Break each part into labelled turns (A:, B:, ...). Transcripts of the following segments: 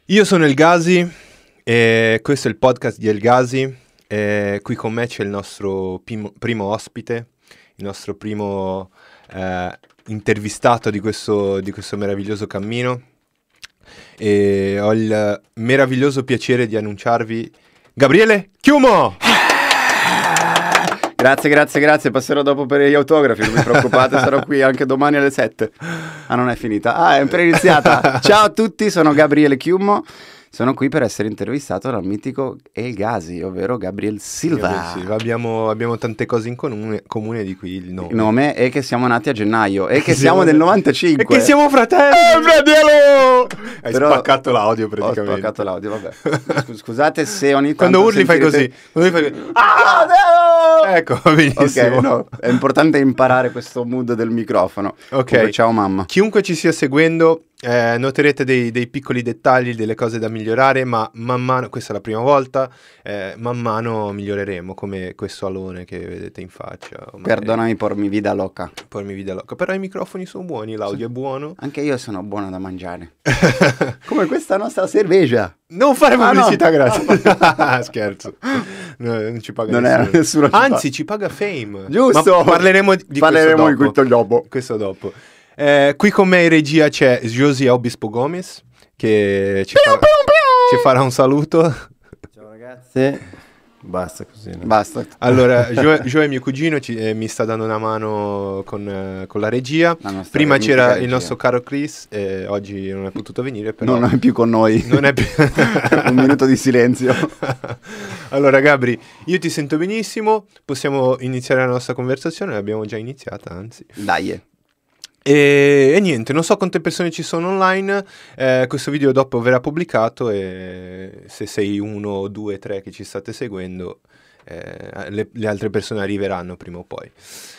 A: Io sono El Gasi e questo è il podcast di El Gasi. Qui con me c'è il nostro primo ospite, il nostro primo intervistato di questo meraviglioso cammino. E ho il meraviglioso piacere di annunciarvi Gabriele Chiumo!
B: Grazie, passerò dopo per gli autografi, non vi preoccupate, sarò qui anche domani alle 7. Ah, non è finita, è appena iniziata. Ciao a tutti, sono Gabriele Chiumo, sono qui per essere intervistato dal mitico El Gasi, ovvero Gabriel Silva.
A: Abbiamo tante cose in comune di cui il nome.
B: Il nome è che siamo nati a gennaio e che siamo del 95.
A: E che siamo fratelli!
B: Fratello!
A: Hai spaccato l'audio praticamente.
B: Ho spaccato l'audio, vabbè. Scusate se ogni tanto
A: Quando urli fai così. Ah, Deo! Ecco, va benissimo.
B: Ok, no, è importante imparare questo mood del microfono.
A: Ok.
B: Comunque, ciao mamma.
A: Chiunque ci stia seguendo, noterete dei piccoli dettagli, delle cose da migliorare, ma man mano, questa è la prima volta, man mano miglioreremo, come questo alone che vedete in faccia.
B: Perdonami por mi vida loca.
A: Però i microfoni sono buoni, l'audio è buono.
B: Anche io sono buono da mangiare. Come questa nostra cerveza.
A: Non fare pubblicità,
B: no.
A: Grazie. Scherzo. No, non ci paga nessuno. Anzi, ci paga Fame.
B: Giusto.
A: Ma parleremo di
B: questo dopo.
A: Questo dopo. Qui con me in regia c'è Josie Obispo Gomez che ci farà un saluto.
C: Ciao ragazzi. Basta così. No?
B: Basta.
A: Allora, Gio è mio cugino, mi sta dando una mano con la regia. Prima c'era il nostro caro Chris, oggi non è potuto venire. Però
B: non è più con noi.
A: Non è più.
B: Un minuto di silenzio.
A: Allora Gabri, io ti sento benissimo, possiamo iniziare la nostra conversazione, l'abbiamo già iniziata, anzi.
B: Dai.
A: E niente, non so quante persone ci sono online, questo video dopo verrà pubblicato e se sei uno, due, tre che ci state seguendo, le altre persone arriveranno prima o poi.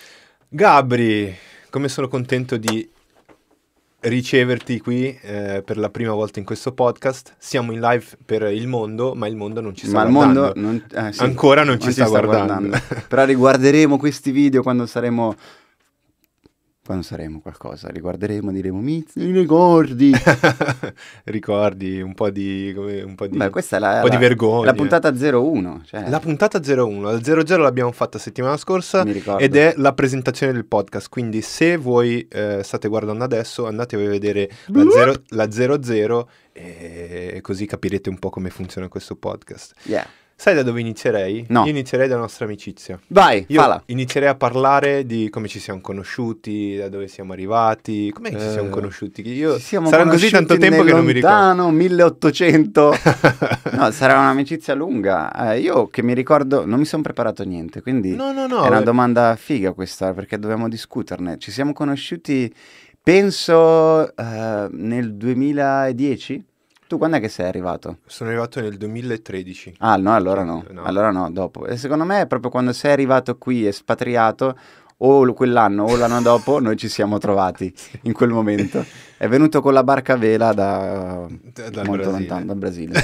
A: Gabri, come sono contento di riceverti qui per la prima volta in questo podcast. Siamo in live per il mondo, ma il mondo non ci sta guardando.
B: Sì,
A: ancora non ci sta guardando.
B: Però riguarderemo questi video quando saremo qualcosa, riguarderemo, diremo mi ricordi.
A: Ricordi un po' di
B: Beh, questa è
A: di vergogna.
B: La puntata 01, cioè.
A: La puntata 01, la 00 l'abbiamo fatta settimana scorsa ed è la presentazione del podcast, quindi se voi state guardando adesso andate a vedere la 00 e così capirete un po' come funziona questo podcast.
B: Yeah.
A: Sai da dove inizierei?
B: No.
A: Io inizierei dalla nostra amicizia.
B: Vai,
A: Io inizierei a parlare di come ci siamo conosciuti, da dove siamo arrivati, come ci siamo conosciuti. Sarà così tanto tempo che non mi ricordo.
B: Lontano 1800. No, sarà un'amicizia lunga. Io che mi ricordo, non mi sono preparato niente, quindi
A: no.
B: È una domanda figa questa, perché dobbiamo discuterne. Ci siamo conosciuti, penso, nel 2010? Tu quando è che sei arrivato?
A: Sono arrivato nel 2013.
B: Ah, no, allora no. Allora no, dopo. E secondo me è proprio quando sei arrivato qui, espatriato, o quell'anno o l'anno dopo, noi ci siamo trovati in quel momento. È venuto con la barca a vela da molto lontano, dal Brasile.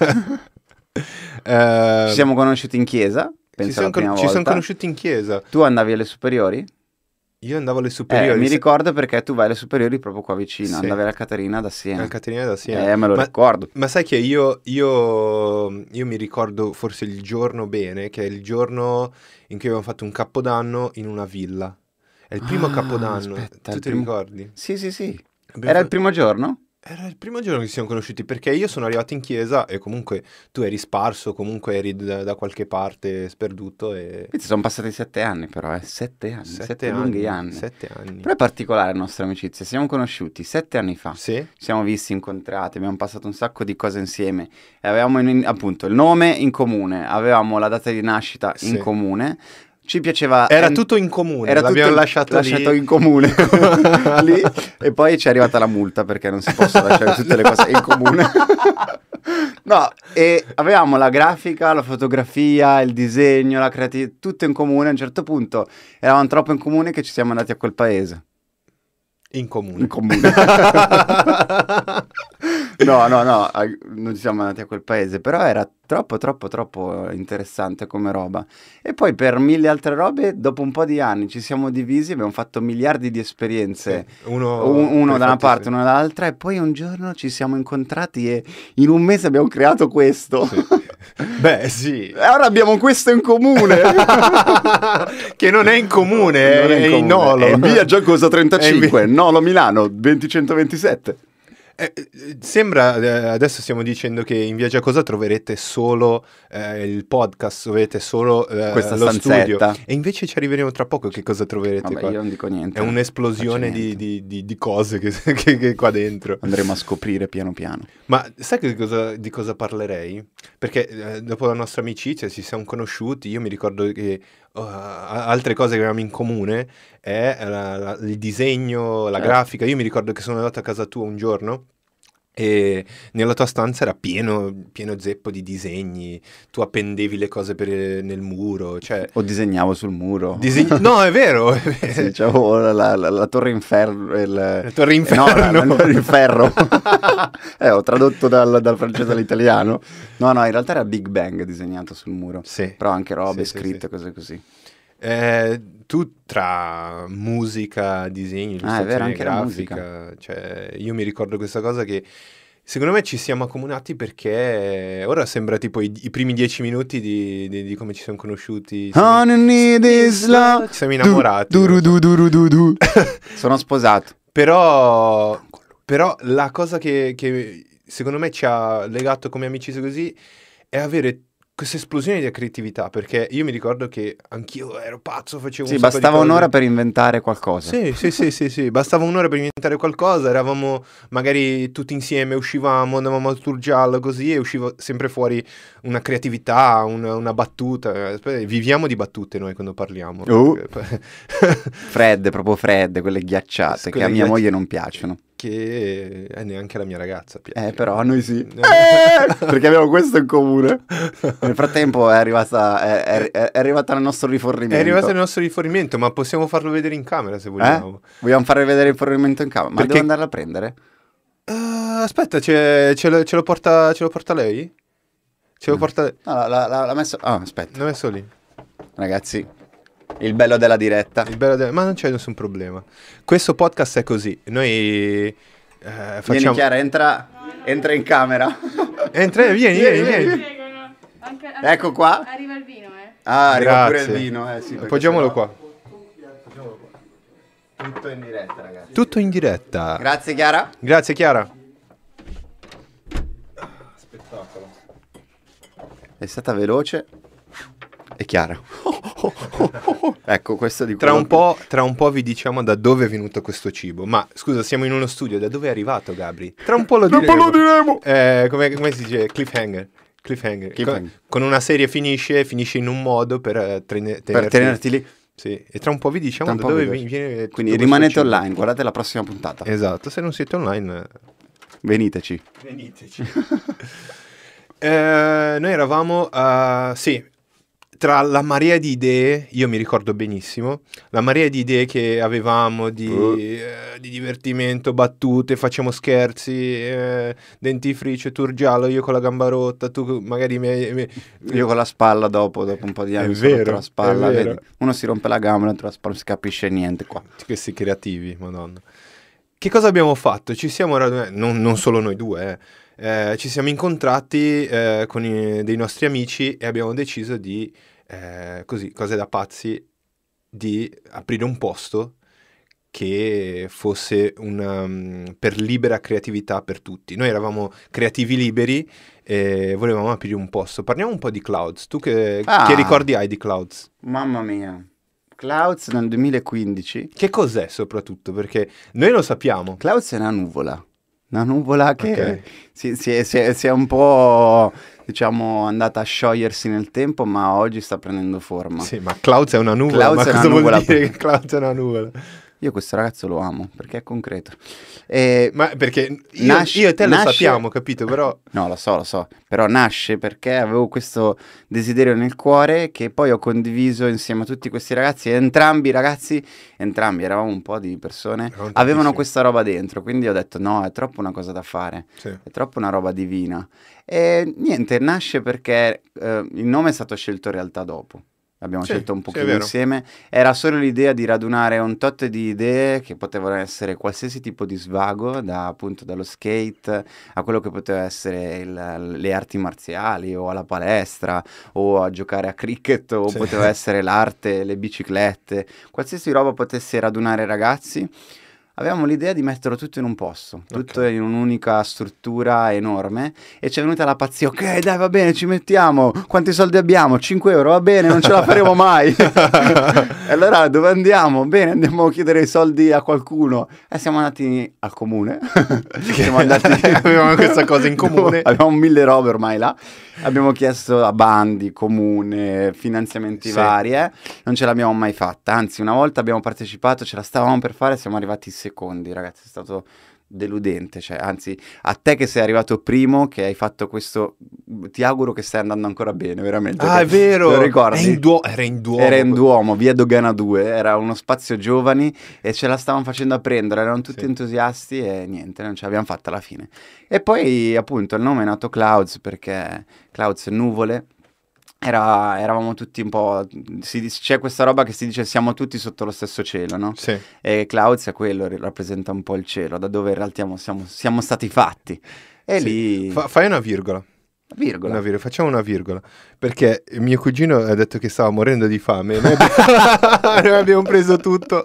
B: Ci siamo conosciuti in chiesa, penso la prima volta.
A: Ci siamo conosciuti in chiesa.
B: Tu andavi alle superiori?
A: Io andavo alle superiori.
B: Mi ricordo perché tu vai alle superiori proprio qua vicino,
A: sì.
B: Andavi alla Caterina da Siena.
A: Alla Caterina da Siena.
B: Me lo ricordo.
A: Ma sai che io mi ricordo forse il giorno bene, che è il giorno in cui abbiamo fatto un capodanno in una villa. È il primo capodanno.
B: Aspetta,
A: tu ti ricordi?
B: Sì. Era il primo giorno?
A: Era il primo giorno che ci siamo conosciuti, perché io sono arrivato in chiesa e comunque tu eri sparso, comunque eri da qualche parte sperduto.
B: Quindi sono passati 7 anni però, 7 anni, 7 lunghi anni.
A: 7 anni.
B: Però è particolare la nostra amicizia, siamo conosciuti 7 anni fa.
A: Sì.
B: Ci siamo visti, incontrati, abbiamo passato un sacco di cose insieme. E avevamo appunto il nome in comune, avevamo la data di nascita in comune. Ci piaceva.
A: Era tutto in comune, l'abbiamo lasciato
B: in comune. Lì, e poi ci è arrivata la multa perché non si possono lasciare tutte le cose in comune. No, e avevamo la grafica, la fotografia, il disegno, la creatività, tutto in comune. A un certo punto eravamo troppo in comune che ci siamo andati a quel paese.
A: In comune.
B: No, non ci siamo andati a quel paese, però era troppo interessante come roba. E poi per mille altre robe, dopo un po' di anni ci siamo divisi, abbiamo fatto miliardi di esperienze, uno
A: per
B: da una
A: fatti
B: parte,
A: suoi.
B: uno dall'altra, e poi un giorno ci siamo incontrati e in un mese abbiamo creato questo.
A: Sì. Beh, sì.
B: E ora abbiamo questo in comune.
A: Che non è in comune,
B: Non
A: è in
B: comune.
A: Nolo.
B: È in via Giacosa
A: È
B: 35,
A: in
B: Nolo Milano, 20127.
A: Sembra, adesso stiamo dicendo che in Via Giacosa troverete solo il podcast, troverete solo
B: Questa
A: lo studio.
B: stanzetta.
A: E invece ci arriveremo tra poco. Che cosa troverete
B: Vabbè,
A: qua?
B: io non dico niente.
A: È un'esplosione
B: Faccio niente.
A: di cose che qua dentro.
B: Andremo a scoprire piano piano.
A: Ma sai di cosa parlerei? Perché dopo la nostra amicizia ci siamo conosciuti, io mi ricordo che altre cose che avevamo in comune è il disegno, la
B: Certo.
A: grafica. Io mi ricordo che sono andato a casa tua un giorno e nella tua stanza era pieno zeppo di disegni, tu appendevi le cose nel muro, cioè...
B: O disegnavo sul muro.
A: No, è vero!
B: Sì, c'avevo la torre inferno.
A: La torre
B: No, la
A: inferno!
B: torre inferno. Ho tradotto dal francese all'italiano. No, in realtà era Big Bang disegnato sul muro.
A: Sì.
B: Però anche robe
A: Sì,
B: scritte,
A: sì.
B: cose così.
A: Tu tra musica, disegno,
B: Ah, è vero,
A: illustrazione
B: anche la
A: grafica, cioè io mi ricordo questa cosa che secondo me ci siamo accomunati perché ora sembra tipo i primi 10 minuti di come ci siamo conosciuti.
B: All I need is love.
A: Ci siamo innamorati.
B: Du. Sono sposato.
A: Però la cosa che secondo me ci ha legato come amicizia così è avere questa esplosione di creatività, perché io mi ricordo che anch'io ero pazzo, facevo
B: Sì,
A: un sacco di
B: bastava
A: cose.
B: un'ora per inventare qualcosa.
A: Sì, bastava un'ora per inventare qualcosa, eravamo magari tutti insieme, uscivamo, andavamo al tour giallo così e usciva sempre fuori una creatività, una battuta. Viviamo di battute noi quando parliamo.
B: Proprio fredde, quelle ghiacciate, che a mia moglie non piacciono.
A: Che neanche la mia ragazza piace.
B: Però a noi sì. Perché abbiamo questo in comune. Nel frattempo è arrivata il nostro rifornimento.
A: È arrivato il nostro rifornimento, ma possiamo farlo vedere in camera se vogliamo.
B: Vogliamo fare vedere il rifornimento in camera? Ma
A: Perché-
B: devo andarla a prendere?
A: Aspetta, ce lo porta lei? Ce lo porta...
B: No, l'ha messo... Ah, aspetta.
A: L'ho messo lì.
B: Ragazzi, il bello della diretta.
A: Ma non c'è nessun problema. Questo podcast è così. Noi
B: Vieni
A: facciamo...
B: Chiara, entra in camera.
A: Vieni.
D: Prego, no.
B: Ecco qua.
D: Arriva il vino,
B: Ah, arriva pure il
A: Grazie.
B: vino. Sì, perché
A: Appoggiamolo
B: sennò-
A: qua.
B: Tutto in diretta, ragazzi.
A: Tutto in diretta.
B: Grazie Chiara.
A: Grazie Chiara. Spettacolo.
B: È stata veloce e chiara. Ecco, questo di
A: Tra
B: quello
A: un po' vi diciamo da dove è venuto questo cibo. Ma scusa, siamo in uno studio, da dove è arrivato Gabri? Tra un po' lo diremo. Come si dice? Cliffhanger.
B: Cliffhanger.
A: Con una serie finisce in un modo per
B: per tenerti lì.
A: Sì, e tra un po' vi diciamo
B: Tra
A: da
B: un po'
A: dove
B: vi dico.
A: viene tutto
B: Quindi
A: questo
B: rimanete
A: cibo.
B: online, guardate la prossima puntata.
A: Esatto, se non siete online
B: Veniteci.
A: veniteci. Noi eravamo, sì, tra la marea di idee, io mi ricordo benissimo, la marea di idee che avevamo di divertimento, battute, facciamo scherzi, dentifricio, tour giallo, io con la gamba rotta, tu magari
B: Io con la spalla dopo un po' di anni
A: È
B: mi sono rotto
A: vero,
B: la spalla,
A: è vero.
B: vedi? Uno si rompe la gamba, l'altro la spalla, non si capisce niente qua.
A: Questi creativi, madonna. Che cosa abbiamo fatto? Ci siamo radunati, non solo noi due, ci siamo incontrati con dei nostri amici e abbiamo deciso di, così, cose da pazzi, di aprire un posto che fosse per libera creatività per tutti. Noi eravamo creativi liberi e volevamo aprire un posto. Parliamo un po' di Clouds. Tu che ricordi hai di Clouds?
B: Mamma mia. Clouds nel 2015.
A: Che cos'è soprattutto? Perché noi lo sappiamo.
B: Clouds è una nuvola che
A: Ok.
B: si è un po', diciamo, andata a sciogliersi nel tempo, ma oggi sta prendendo forma.
A: Sì, ma Clouds è una nuvola.
B: Clouds
A: Ma
B: è una
A: cosa vuol
B: nuvola.
A: dire che Clouds è una nuvola?
B: Io questo ragazzo lo amo perché è concreto. E
A: Ma perché io e te lo sappiamo, capito? Però...
B: No, lo so, però nasce perché avevo questo desiderio nel cuore che poi ho condiviso insieme a tutti questi ragazzi. E entrambi eravamo un po' di persone,
A: Eravamo
B: avevano
A: tantissimi.
B: questa roba dentro, quindi ho detto no, è troppo una cosa da fare,
A: Sì.
B: è troppo una roba divina. E niente, nasce perché il nome è stato scelto in realtà dopo. L'abbiamo
A: Sì,
B: scelto un
A: sì, è
B: pochino
A: vero.
B: insieme. Era solo l'idea di radunare un tot di idee che potevano essere qualsiasi tipo di svago, appunto dallo skate a quello che poteva essere le arti marziali o alla palestra o a giocare a cricket o
A: Sì.
B: poteva essere l'arte, le biciclette, qualsiasi roba potesse radunare i ragazzi. Avevamo l'idea di metterlo tutto in un posto, tutto
A: Ok.
B: in un'unica struttura enorme e ci è venuta la pazzia, ok dai va bene ci mettiamo, quanti soldi abbiamo? 5 euro, va bene non ce la faremo mai. E allora dove andiamo? Bene andiamo a chiedere i soldi a qualcuno e siamo andati al comune. Siamo andati...
A: Avevamo questa cosa in comune.
B: Avevamo 1000 robe ormai là. Abbiamo chiesto a bandi, comune, finanziamenti
A: Sì.
B: vari, non ce l'abbiamo mai fatta. Anzi, una volta abbiamo partecipato, ce la stavamo per fare, siamo arrivati secondi, ragazzi. È stato deludente. Cioè, anzi, a te che sei arrivato primo, che hai fatto questo, ti auguro che stai andando ancora bene, veramente.
A: Ah, è vero!
B: Lo ricordi?
A: Era in Duomo.
B: Era in Duomo, via Dogana 2, era uno spazio giovani e ce la stavano facendo a prendere, erano tutti
A: Sì.
B: entusiasti e niente, non ce l'abbiamo fatta alla fine. E poi appunto il nome è nato Clouds perché Clouds nuvole, eravamo tutti un po', c'è questa roba che si dice siamo tutti sotto lo stesso cielo, no?
A: Sì.
B: E Clouds è quello, rappresenta un po' il cielo, da dove in realtà siamo stati fatti. E
A: Sì.
B: lì,
A: Fai una virgola.
B: virgola.
A: Facciamo una virgola. Perché mio cugino ha detto che stava morendo di fame. Noi noi abbiamo preso tutto.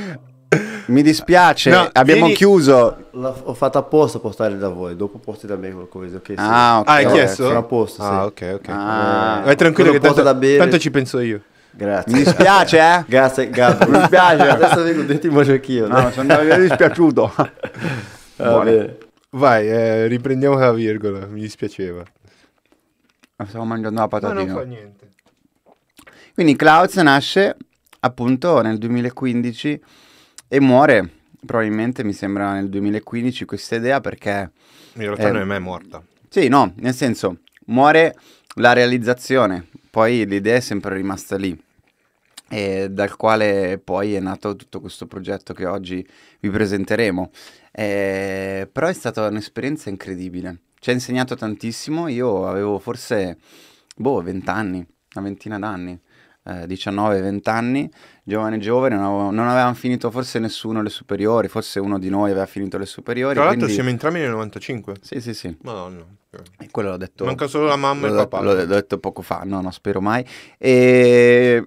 B: Mi dispiace,
A: No,
B: abbiamo
A: vieni-
B: chiuso.
C: Ho fatto apposta postare da voi, dopo posti da me qualcosa. Ok, sì.
B: Ah, ok.
A: Hai
B: ok.
A: chiesto?
C: Sono a posto, sì.
A: Ah, ok.
B: Ah,
A: Vai tranquillo che
C: quello porta
A: tanto,
C: da bere.
A: tanto ci penso io.
C: Grazie.
B: Mi dispiace, eh?
C: Grazie, Gabri.
B: Mi dispiace.
C: Adesso vengo dentro in mangio anch'io.
B: No, sono dispiaciuto.
C: Va bene.
A: Vai, riprendiamo la virgola. Mi dispiaceva.
B: Stavo mangiando la
A: Ma non
B: patatina.
A: fa niente.
B: Quindi Clouds nasce appunto nel 2015 e muore probabilmente, mi sembra, nel 2015 questa idea perché...
A: In realtà non è mai morta.
B: Sì, no, nel senso, muore la realizzazione, poi l'idea è sempre rimasta lì, e dal quale poi è nato tutto questo progetto che oggi vi presenteremo. Però è stata un'esperienza incredibile, ci ha insegnato tantissimo, io avevo forse, 20 anni, una ventina d'anni. 19-20 anni, giovane, non avevamo finito forse nessuno le superiori, forse uno di noi aveva finito le superiori.
A: Tra l'altro
B: quindi...
A: siamo entrambi nel 95.
B: Sì.
A: Madonna.
B: E quello l'ho detto.
A: Manca solo la mamma e il papà.
B: L'ho detto poco fa, no, non spero mai. E...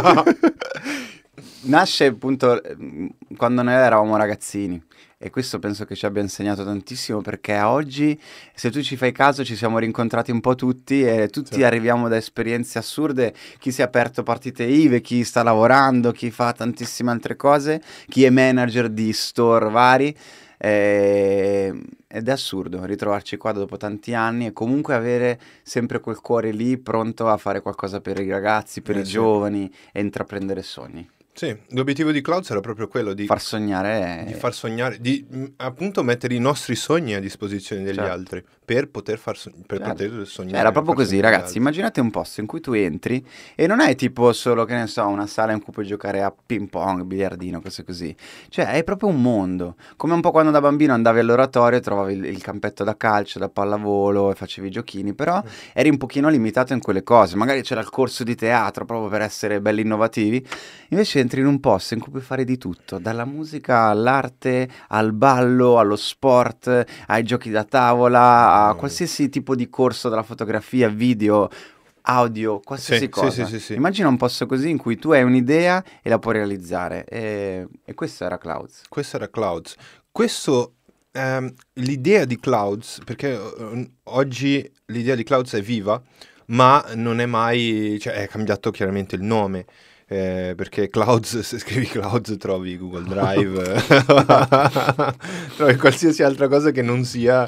B: Nasce appunto quando noi eravamo ragazzini. E questo penso che ci abbia insegnato tantissimo perché a oggi, se tu ci fai caso, ci siamo rincontrati un po' tutti e tutti
A: Sì.
B: arriviamo da esperienze assurde. Chi si è aperto partite IVA, chi sta lavorando, chi fa tantissime altre cose, chi è manager di store vari. Ed è assurdo ritrovarci qua dopo tanti anni e comunque avere sempre quel cuore lì pronto a fare qualcosa per i ragazzi, per i
A: Sì.
B: giovani e intraprendere sogni.
A: Sì, l'obiettivo di Clouds era proprio quello di
B: Far sognare
A: di far sognare, di appunto mettere i nostri sogni a disposizione degli
B: Certo.
A: altri per poter
B: Certo.
A: poter sognare.
B: Era proprio
A: far
B: così,
A: sognare gli
B: ragazzi.
A: altri.
B: Immaginate un posto in cui tu entri e non è tipo solo, che ne so, una sala in cui puoi giocare a ping pong, biliardino, cose così. Cioè, è proprio un mondo. Come un po' quando da bambino andavi all'oratorio e trovavi il campetto da calcio, da pallavolo e facevi i giochini, però eri un pochino limitato in quelle cose. Magari c'era il corso di teatro proprio per essere belli innovativi. Invece entri in un posto in cui puoi fare di tutto, dalla musica all'arte, al ballo, allo sport, ai giochi da tavola, a qualsiasi tipo di corso dalla fotografia, video, audio, qualsiasi
A: Sì,
B: cosa.
A: sì.
B: Immagina un posto così in cui tu hai un'idea e la puoi realizzare. E questo era Clouds.
A: Questo era Clouds. Questo, l'idea di Clouds, perché oggi l'idea di Clouds è viva, ma non è mai, cioè è cambiato chiaramente il nome. Perché Clouds, se scrivi Clouds trovi Google Drive, trovi qualsiasi altra cosa che non sia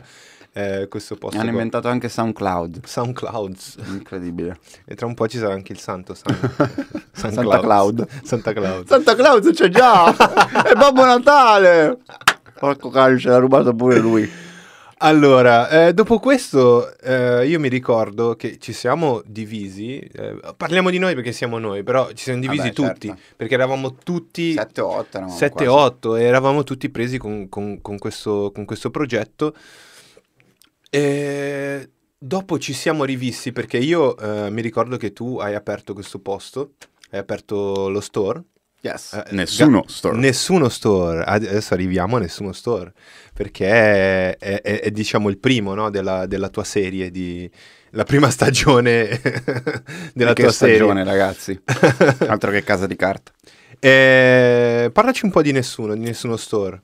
A: questo posto
B: Hanno
A: qua.
B: inventato anche SoundCloud.
A: SoundClouds.
B: Incredibile.
A: E tra un po' ci sarà anche il santo
B: Santa Claud.
A: Santa Claus.
B: Santa Claus c'è già! È Babbo Natale! Porco cane, ce l'ha rubato pure lui.
A: Allora, dopo questo io mi ricordo che ci siamo divisi, parliamo di noi perché siamo noi, però ci siamo divisi
B: Vabbè,
A: tutti,
B: certo.
A: perché eravamo tutti
B: 7-8
A: 7-8 e eravamo tutti presi con questo progetto. E dopo ci siamo rivisti perché io mi ricordo che tu hai aperto questo posto, hai aperto lo store.
B: Yes.
C: Nessuno store.
A: Nessuno store, adesso arriviamo a nessuno store, perché è, diciamo il primo, no, della tua serie, la prima stagione della
B: Che
A: tua
B: stagione,
A: serie.
B: ragazzi. Altro che Casa di Carta.
A: Parlaci un po' di nessuno store.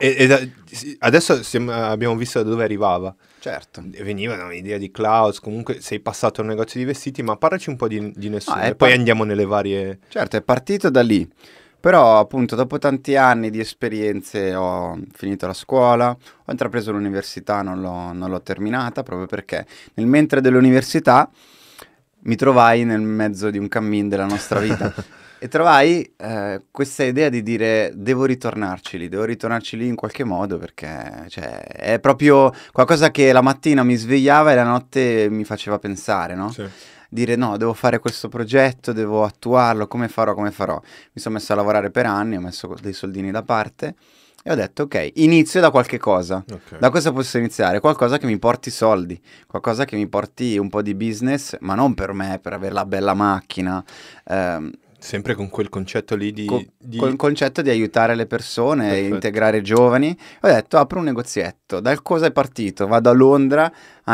A: Adesso abbiamo visto da dove arrivava.
B: Certo.
A: Veniva da un'idea di Klaus, comunque sei passato al negozio di vestiti, ma parlaci un po' di nessuno
B: No,
A: e poi andiamo nelle varie...
B: Certo, è partito da lì. Però appunto dopo tanti anni di esperienze ho finito la scuola, ho intrapreso l'università, non l'ho terminata proprio perché nel mentre dell'università mi trovai nel mezzo di un cammin della nostra vita e trovai questa idea di dire devo ritornarci lì in qualche modo perché cioè, è proprio qualcosa che la mattina mi svegliava e la notte mi faceva pensare, no?
A: Sì.
B: Dire no, devo fare questo progetto, devo attuarlo, come farò? Mi sono messo a lavorare per anni, ho messo dei soldini da parte e ho detto ok, inizio da qualche cosa.
A: Ok.
B: Da cosa posso iniziare? Qualcosa che mi porti soldi, qualcosa che mi porti un po' di business, ma non per me, per avere la bella macchina.
A: Sempre con quel concetto lì di...
B: Col concetto di aiutare le persone,
A: Perfetto.
B: integrare giovani. Ho detto apro un negozietto. Dal cosa è partito? Vado a Londra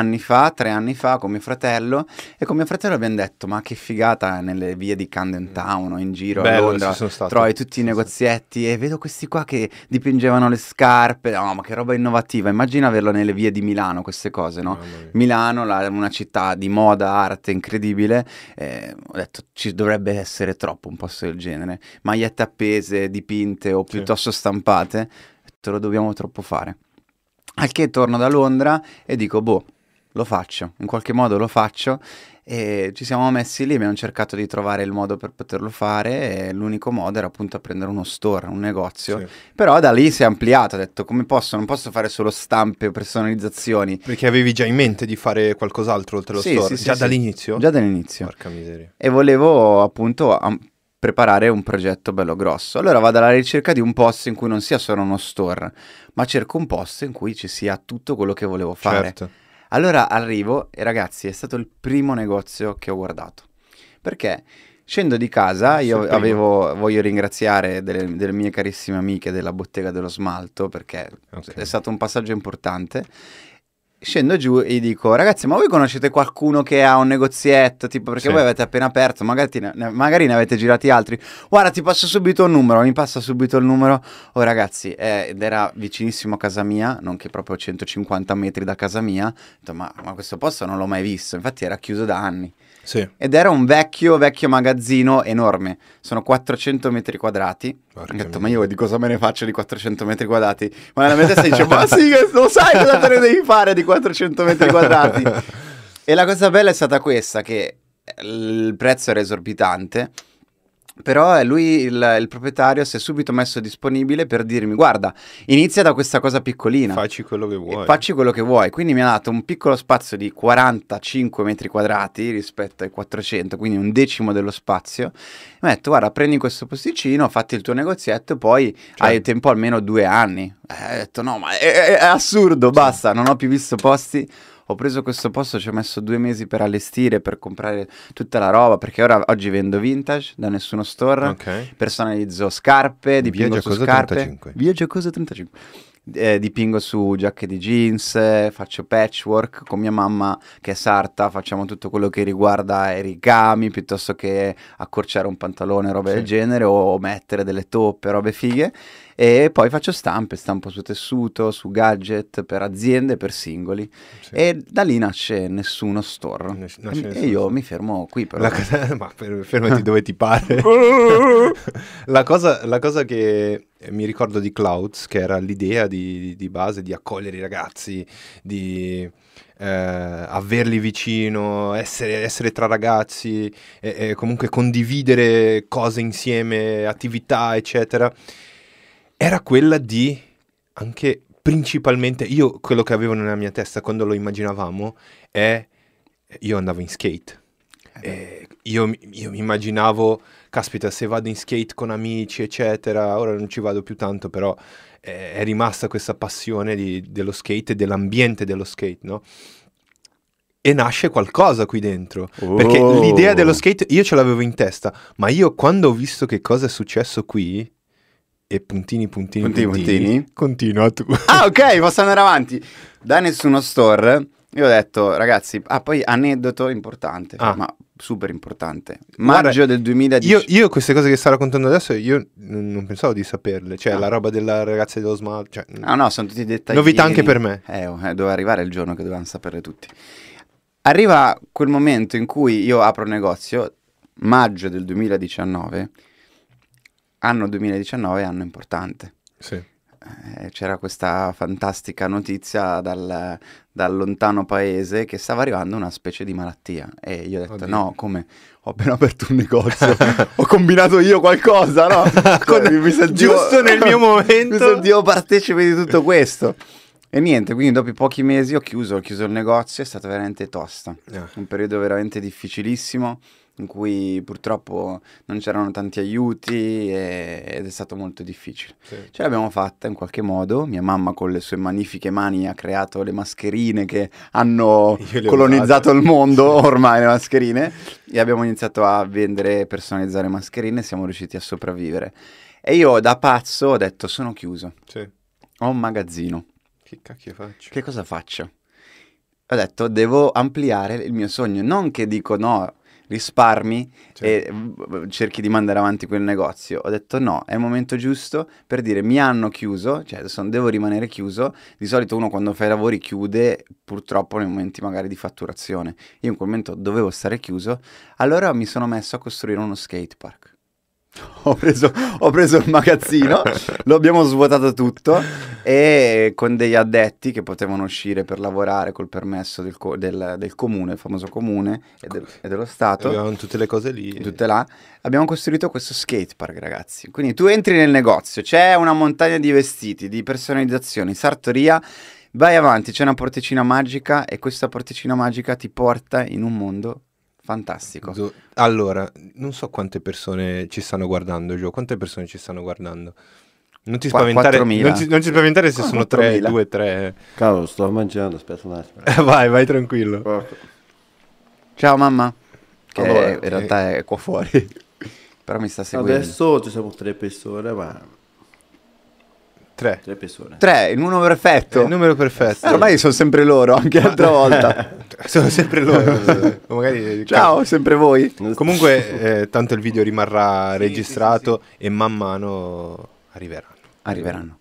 B: 3 anni fa con mio fratello e con mio fratello abbiamo detto ma che figata nelle vie di Camden Town o in giro
A: Bello,
B: a Londra,
A: ci sono stato.
B: trovi tutti i
A: Sì,
B: negozietti e vedo questi qua che dipingevano le scarpe, no ma che roba innovativa, immagina averlo nelle vie di Milano queste cose, no?
A: Mamma mia.
B: Milano, una città di moda, arte incredibile, ho detto ci dovrebbe essere troppo un posto del genere, magliette appese, dipinte o piuttosto stampate, te lo dobbiamo troppo fare. Al che torno da Londra e dico boh, lo faccio, in qualche modo lo faccio e ci siamo messi lì, abbiamo cercato di trovare il modo per poterlo fare e l'unico modo era appunto prendere uno store, un negozio,
A: Sì.
B: però da lì si è ampliato, ho detto come posso, non posso fare solo stampe o personalizzazioni.
A: Perché avevi già in mente di fare qualcos'altro oltre lo
B: Sì,
A: store?
B: sì,
A: Già
B: sì,
A: dall'inizio?
B: Già dall'inizio.
A: Porca miseria.
B: E volevo appunto preparare un progetto bello grosso. Allora vado alla ricerca di un posto in cui non sia solo uno store, ma cerco un posto in cui ci sia tutto quello che volevo fare.
A: Certo.
B: Allora arrivo e ragazzi è stato il primo negozio che ho guardato. Perché scendo di casa, io
A: Il primo.
B: voglio ringraziare delle mie carissime amiche della Bottega dello Smalto perché
A: Ok.
B: è stato un passaggio importante. Scendo giù e gli dico, ragazzi, ma voi conoscete qualcuno che ha un negozietto? Tipo, perché
A: Sì.
B: voi avete appena aperto, magari ne avete girati altri. Guarda, ti passo subito un numero, mi passa subito il numero. Oh, ragazzi, ed era vicinissimo a casa mia, nonché proprio 150 metri da casa mia. Ho detto, ma questo posto non l'ho mai visto, infatti era chiuso da anni.
A: Sì.
B: Ed era un vecchio magazzino enorme, sono 400 metri quadrati.
A: Porca
B: Ho detto,
A: miseria.
B: ma io di cosa me ne faccio di 400 metri quadrati? Ma nella mia testa dice, ma sì, lo sai cosa te ne devi fare di 400 metri quadrati? E la cosa bella è stata questa, che il prezzo era esorbitante, però lui, il proprietario, si è subito messo disponibile per dirmi, guarda, inizia da questa cosa piccolina.
A: Facci quello che vuoi.
B: E facci quello che vuoi, quindi mi ha dato un piccolo spazio di 45 metri quadrati rispetto ai 400, quindi un decimo dello spazio. E mi ha detto, guarda, prendi questo posticino, fatti il tuo negozietto e poi hai il tempo almeno 2 anni. Ho detto, no, ma è assurdo, basta, non ho più visto posti. Ho preso questo posto, ci ho messo 2 mesi per allestire, per comprare tutta la roba, perché oggi vendo vintage da nessuno store,
A: Ok.
B: personalizzo scarpe, dipingo su
A: Giacosa
B: scarpe.
A: 35.
B: Via Giacosa 35. Dipingo su giacche di jeans, faccio patchwork con mia mamma che è sarta, facciamo tutto quello che riguarda i ricami piuttosto che accorciare un pantalone, robe
A: Sì.
B: del genere o mettere delle toppe, robe fighe E poi faccio stampo su tessuto, su gadget, per aziende, per singoli.
A: Sì.
B: E da lì nasce Nessuno Store.
A: Nasce
B: E
A: Nessuno
B: io
A: Store.
B: mi fermo qui però.
A: Ma fermati dove ti pare. La cosa che mi ricordo di Clouds, che era l'idea di base di accogliere i ragazzi, di averli vicino, essere tra ragazzi, e comunque condividere cose insieme, attività, eccetera, era quella di anche principalmente, io quello che avevo nella mia testa quando lo immaginavamo è, io andavo in skate. Io mi immaginavo, caspita, se vado in skate con amici, eccetera, ora non ci vado più tanto, però è rimasta questa passione dello skate e dell'ambiente dello skate, no? E nasce qualcosa qui dentro, perché l'idea dello skate io ce l'avevo in testa, ma io quando ho visto che cosa è successo qui, e puntini, continua tu.
B: Ah, ok, posso andare avanti. Da Nessuno Store, io ho detto, ragazzi, poi aneddoto importante, ma super importante. Maggio
A: Guarda,
B: del 2010.
A: Io queste cose che sto raccontando adesso, io non pensavo di saperle. Cioè, la roba della ragazza dello smart. Cioè,
B: no, sono tutti dettagli.
A: Novità anche per me.
B: Doveva arrivare il giorno che dovevano saperle tutti. Arriva quel momento in cui io apro il negozio, maggio del 2019, anno 2019, anno importante.
A: Sì.
B: C'era questa fantastica notizia dal lontano paese che stava arrivando una specie di malattia e io ho detto
A: Oddio.
B: no, come? Ho appena aperto un negozio, ho combinato io qualcosa, no? Mi sentivo,
A: giusto nel mio momento.
B: Mi sentivo partecipe di tutto questo. E niente, quindi dopo pochi mesi ho chiuso il negozio, è stata veramente tosta. Un periodo veramente difficilissimo, in cui purtroppo non c'erano tanti aiuti ed è stato molto difficile.
A: Sì.
B: Ce l'abbiamo fatta in qualche modo, mia mamma con le sue magnifiche mani ha creato le mascherine che hanno
A: Io le ho
B: colonizzato
A: usate.
B: il mondo, ormai le mascherine, e abbiamo iniziato a vendere e personalizzare mascherine e siamo riusciti a sopravvivere. E io da pazzo ho detto sono chiuso,
A: Sì.
B: ho un magazzino.
A: Che cacchio faccio?
B: Che cosa faccio? Ho detto, devo ampliare il mio sogno. Non che dico no, risparmi e cerchi di mandare avanti quel negozio. Ho detto no, è il momento giusto per dire mi hanno chiuso, cioè adesso devo rimanere chiuso. Di solito uno quando fa i lavori chiude purtroppo nei momenti magari di fatturazione. Io in quel momento dovevo stare chiuso, allora mi sono messo a costruire uno skate park. Ho preso il magazzino, lo abbiamo svuotato tutto e con degli addetti che potevano uscire per lavorare col permesso del comune, il famoso comune e dello Stato.
A: Avevano tutte le cose lì.
B: Tutte là. Abbiamo costruito questo skate park, ragazzi. Quindi tu entri nel negozio, c'è una montagna di vestiti, di personalizzazioni, sartoria, vai avanti, c'è una porticina magica e questa porticina magica ti porta in un mondo fantastico.
A: Allora, non so quante persone ci stanno guardando, Gio. Quante persone ci stanno guardando? Non ti spaventare,
B: 4.000.
A: non ti spaventare se sono 3,
B: 4.000.
A: 2, 3.
C: Cavolo, sto mangiando, aspetta un attimo.
A: Vai tranquillo.
B: Ciao mamma, che
C: Allora,
B: in realtà è qua fuori, però mi sta seguendo.
C: Adesso ci siamo 3 persone, ma
A: 3.
C: 3 persone.
B: 3, il numero perfetto.
A: Il numero perfetto.
B: Ormai sono sempre loro, anche l'altra volta.
A: Sono sempre loro. Magari,
B: Ciao, sempre voi.
A: Comunque, tanto il video rimarrà registrato e man mano arriveranno.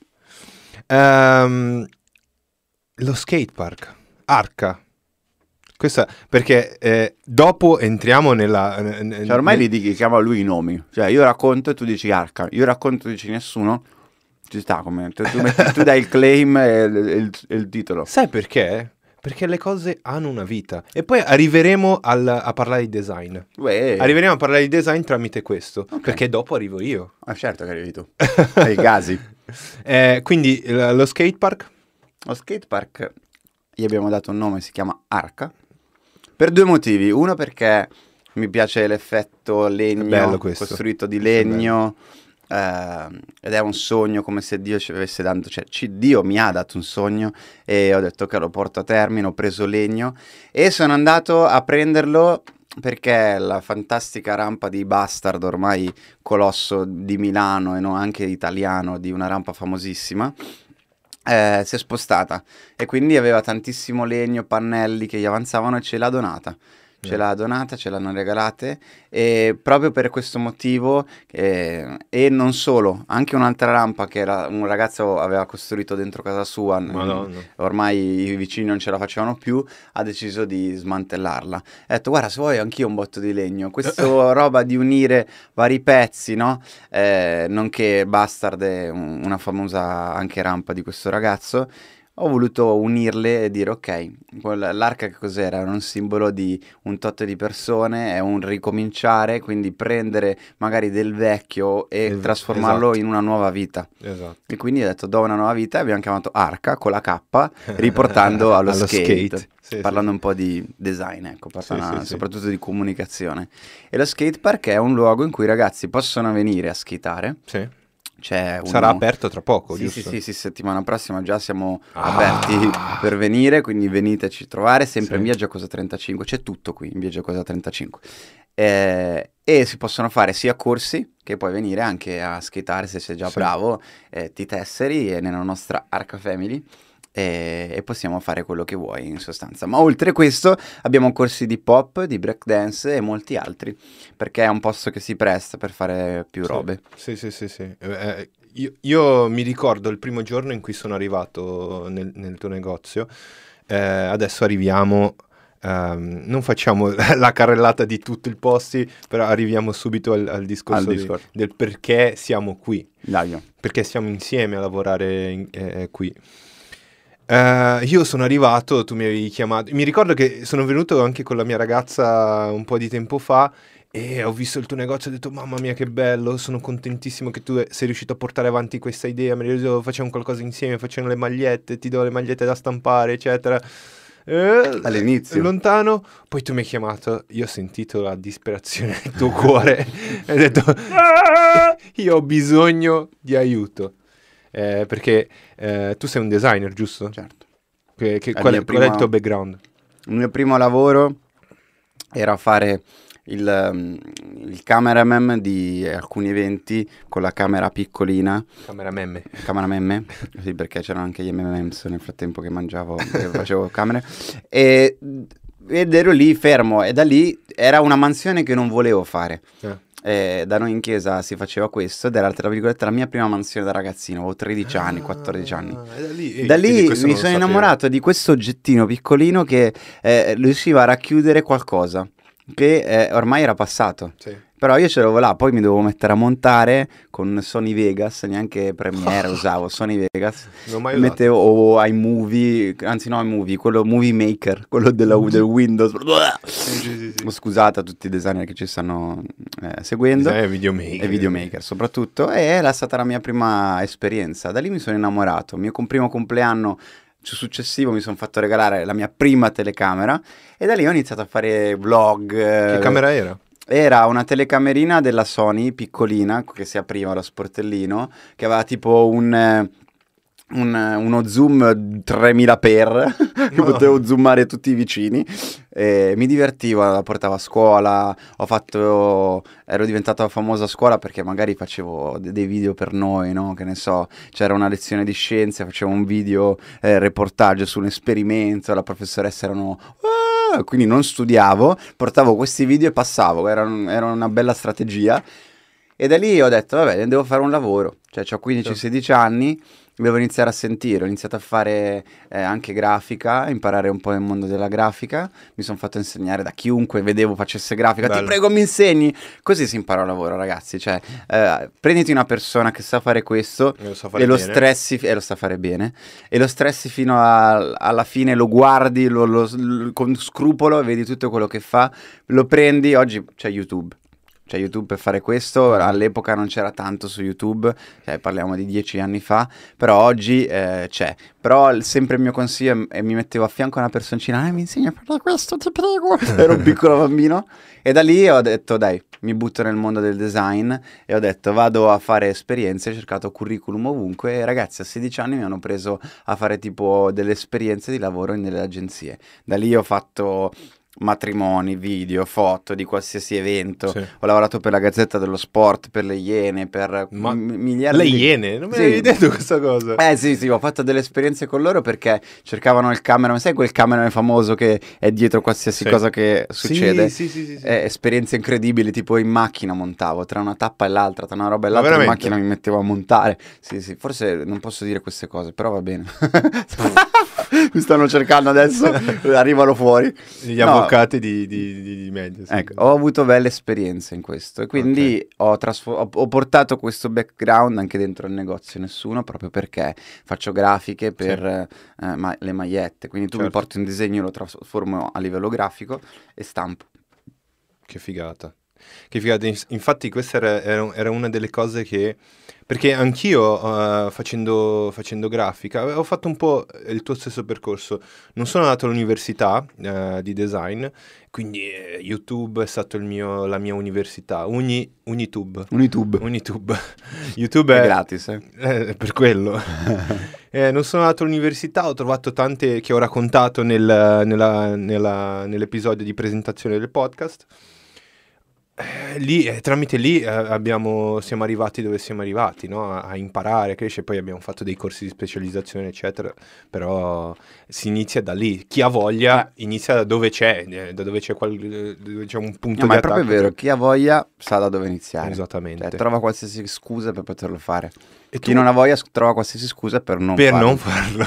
A: Lo skatepark, Arca. Questa perché dopo entriamo nella.
B: Cioè, ormai li chiama lui i nomi. Cioè, io racconto e tu dici Arca. Io racconto e tu dici nessuno. Ci sta come. Tu dai il claim e il titolo.
A: Sai perché? Perché le cose hanno una vita. E poi arriveremo a parlare di design. Arriveremo a parlare di design tramite questo. Okay. Perché dopo arrivo io.
B: Ah, certo che arrivi tu. Ai casi.
A: Quindi lo skatepark?
B: Lo skatepark gli abbiamo dato un nome, si chiama Arca. Per 2 motivi. Uno perché mi piace l'effetto legno, costruito di legno. Ed è un sogno, come se Dio ci avesse dato, cioè Dio mi ha dato un sogno e ho detto che lo porto a termine, ho preso legno e sono andato a prenderlo perché la fantastica rampa di Bastard, ormai colosso di Milano e non anche italiano, di una rampa famosissima, si è spostata e quindi aveva tantissimo legno, pannelli che gli avanzavano e ce l'ha donata. ce l'ha donata, ce l'hanno regalate, e proprio per questo motivo, e non solo, anche un'altra rampa che un ragazzo aveva costruito dentro casa sua,
A: Madonna.
B: ormai i vicini non ce la facevano più, ha deciso di smantellarla. Ha detto, guarda, se vuoi anch'io un botto di legno, questa roba di unire vari pezzi, no? Nonché Bastard è una famosa anche rampa di questo ragazzo. Ho voluto unirle e dire, ok, l'arca che cos'era? Era un simbolo di un tot di persone, è un ricominciare, quindi prendere magari del vecchio e trasformarlo
A: esatto.
B: in una nuova vita.
A: Esatto.
B: E quindi ho detto, do una nuova vita, e abbiamo chiamato Arca con la K, riportando allo skate.
A: Sì,
B: parlando
A: sì.
B: un po' di design, ecco, parlando
A: Sì.
B: soprattutto di comunicazione. E lo skate park è un luogo in cui i ragazzi possono venire a skateare.
A: Sì.
B: C'è
A: Sarà aperto tra poco,
B: sì,
A: giusto?
B: sì, settimana prossima già siamo aperti per venire, quindi veniteci a trovare, sempre
A: Sì.
B: in via Giacosa 35, c'è tutto qui in via Giacosa 35. E si possono fare sia corsi, che puoi venire anche a skateare se sei già
A: Sì.
B: bravo, ti tesseri nella nostra Arca Family. E possiamo fare quello che vuoi in sostanza. Ma oltre questo abbiamo corsi di pop, di breakdance e molti altri, perché è un posto che si presta per fare più robe.
A: Sì. Io mi ricordo il primo giorno in cui sono arrivato nel tuo negozio. Adesso arriviamo, non facciamo la carrellata di tutti i posti, però arriviamo subito al discorso del perché siamo qui.
B: Dai.
A: Perché siamo insieme a lavorare qui. Io sono arrivato, tu mi avevi chiamato, mi ricordo che sono venuto anche con la mia ragazza un po' di tempo fa e ho visto il tuo negozio e ho detto mamma mia che bello, sono contentissimo che tu sei riuscito a portare avanti questa idea, mi ricordo facciamo qualcosa insieme, facciamo le magliette, ti do le magliette da stampare eccetera.
B: All'inizio
A: Lontano, poi tu mi hai chiamato, io ho sentito la disperazione del tuo cuore e ho detto io ho bisogno di aiuto. Perché tu sei un designer, giusto?
B: Certo.
A: Qual è il tuo background?
B: Il mio primo lavoro era fare il cameraman di alcuni eventi con la camera piccolina. Cameramemme, sì, perché c'erano anche gli M&M's nel frattempo che mangiavo, che facevo camere. Ed ero lì fermo, e da lì era una mansione che non volevo fare. Da noi in chiesa si faceva questo, ed era tra virgolette la mia prima mansione da ragazzino, avevo 13 anni, 14 anni. Da lì mi sono innamorato di questo oggettino piccolino che riusciva a racchiudere qualcosa che ormai era passato.
A: Sì.
B: Però io ce l'avevo là, poi mi dovevo mettere a montare con Sony Vegas, neanche Premiere usavo, Sony Vegas.
A: Non ho mai
B: mettevo o iMovie, anzi no iMovie, quello Movie Maker, quello del Windows.
A: Sì.
B: Scusate a tutti i designer che ci stanno seguendo.
A: E
B: videomaker soprattutto. E è stata la mia prima esperienza. Da lì mi sono innamorato. Il mio primo compleanno successivo mi sono fatto regalare la mia prima telecamera, e da lì ho iniziato a fare vlog.
A: Che camera era?
B: Era una telecamerina della Sony, piccolina, che si apriva lo sportellino, che aveva tipo uno zoom 3000x, che potevo zoomare tutti i vicini. Mi divertivo, la portavo a scuola, ero diventato famoso a scuola perché magari facevo dei video per noi, no? Che ne so, c'era una lezione di scienze, facevo un video reportaggio su un esperimento, la professoressa quindi non studiavo, portavo questi video e passavo, era una bella strategia. E da lì ho detto, vabbè, devo fare un lavoro, cioè ho 15-16 anni, devo iniziare a sentire, ho iniziato a fare anche grafica, imparare un po' il mondo della grafica, mi sono fatto insegnare da chiunque vedevo facesse grafica. Bello. Ti prego mi insegni, così si impara il lavoro, ragazzi, cioè prenditi una persona che sa fare questo e lo stressi, e lo sa fare bene, e lo stressi fino alla fine, lo guardi con scrupolo, vedi tutto quello che fa, lo prendi. Oggi c'è YouTube per fare questo, all'epoca non c'era tanto su YouTube, parliamo di 10 anni fa, però oggi c'è. Però sempre il mio consiglio è mi mettevo a fianco a una personcina, mi insegna a fare questo, ti prego. Ero un piccolo bambino, e da lì ho detto dai, mi butto nel mondo del design, e ho detto vado a fare esperienze, ho cercato curriculum ovunque, e ragazzi a 16 anni mi hanno preso a fare tipo delle esperienze di lavoro nelle agenzie. Da lì ho fatto matrimoni, video, foto di qualsiasi evento.
A: Sì.
B: Ho lavorato per la Gazzetta dello Sport, per le Iene, per
A: Ma
B: miliardi
A: le
B: di...
A: Iene? Non mi
B: Sì.
A: avevi detto questa cosa?
B: Sì, ho fatto delle esperienze con loro perché cercavano il cameraman, sai quel cameraman famoso che è dietro qualsiasi
A: Sì.
B: cosa che succede?
A: Sì.
B: Esperienze incredibili, tipo in macchina montavo, tra una tappa e l'altra, tra una roba e
A: Ma
B: l'altra in
A: veramente?
B: macchina mi mettevo a montare. Sì, forse non posso dire queste cose, però va bene. Mi stanno cercando adesso, arrivano fuori.
A: Gli
B: No.
A: avvocati di media. Sì.
B: Ecco, ho avuto belle esperienze in questo e quindi ho portato questo background anche dentro il negozio nessuno, proprio perché faccio grafiche per le magliette, quindi tu mi
A: Certo.
B: porti un disegno, lo trasformo a livello grafico e stampo.
A: Che figata. Che figata. Infatti questa era una delle cose che... Perché anch'io facendo grafica ho fatto un po' il tuo stesso percorso. Non sono andato all'università di design, quindi YouTube è stato la mia università. Unitube. YouTube
B: È
A: è
B: gratis,
A: per quello. Non sono andato all'università, ho trovato tante che ho raccontato nell'episodio di presentazione del podcast. Tramite lì siamo arrivati dove siamo arrivati, no? A imparare, a crescere, poi abbiamo fatto dei corsi di specializzazione, eccetera, però si inizia da lì. Chi ha voglia inizia da dove c'è, dove c'è un punto
B: No,
A: di
B: ma è
A: attacco.
B: proprio vero, chi ha voglia sa da dove iniziare.
A: Esattamente.
B: Cioè, trova qualsiasi scusa per poterlo fare.
A: E
B: Chi non ha voglia trova qualsiasi scusa per non farlo.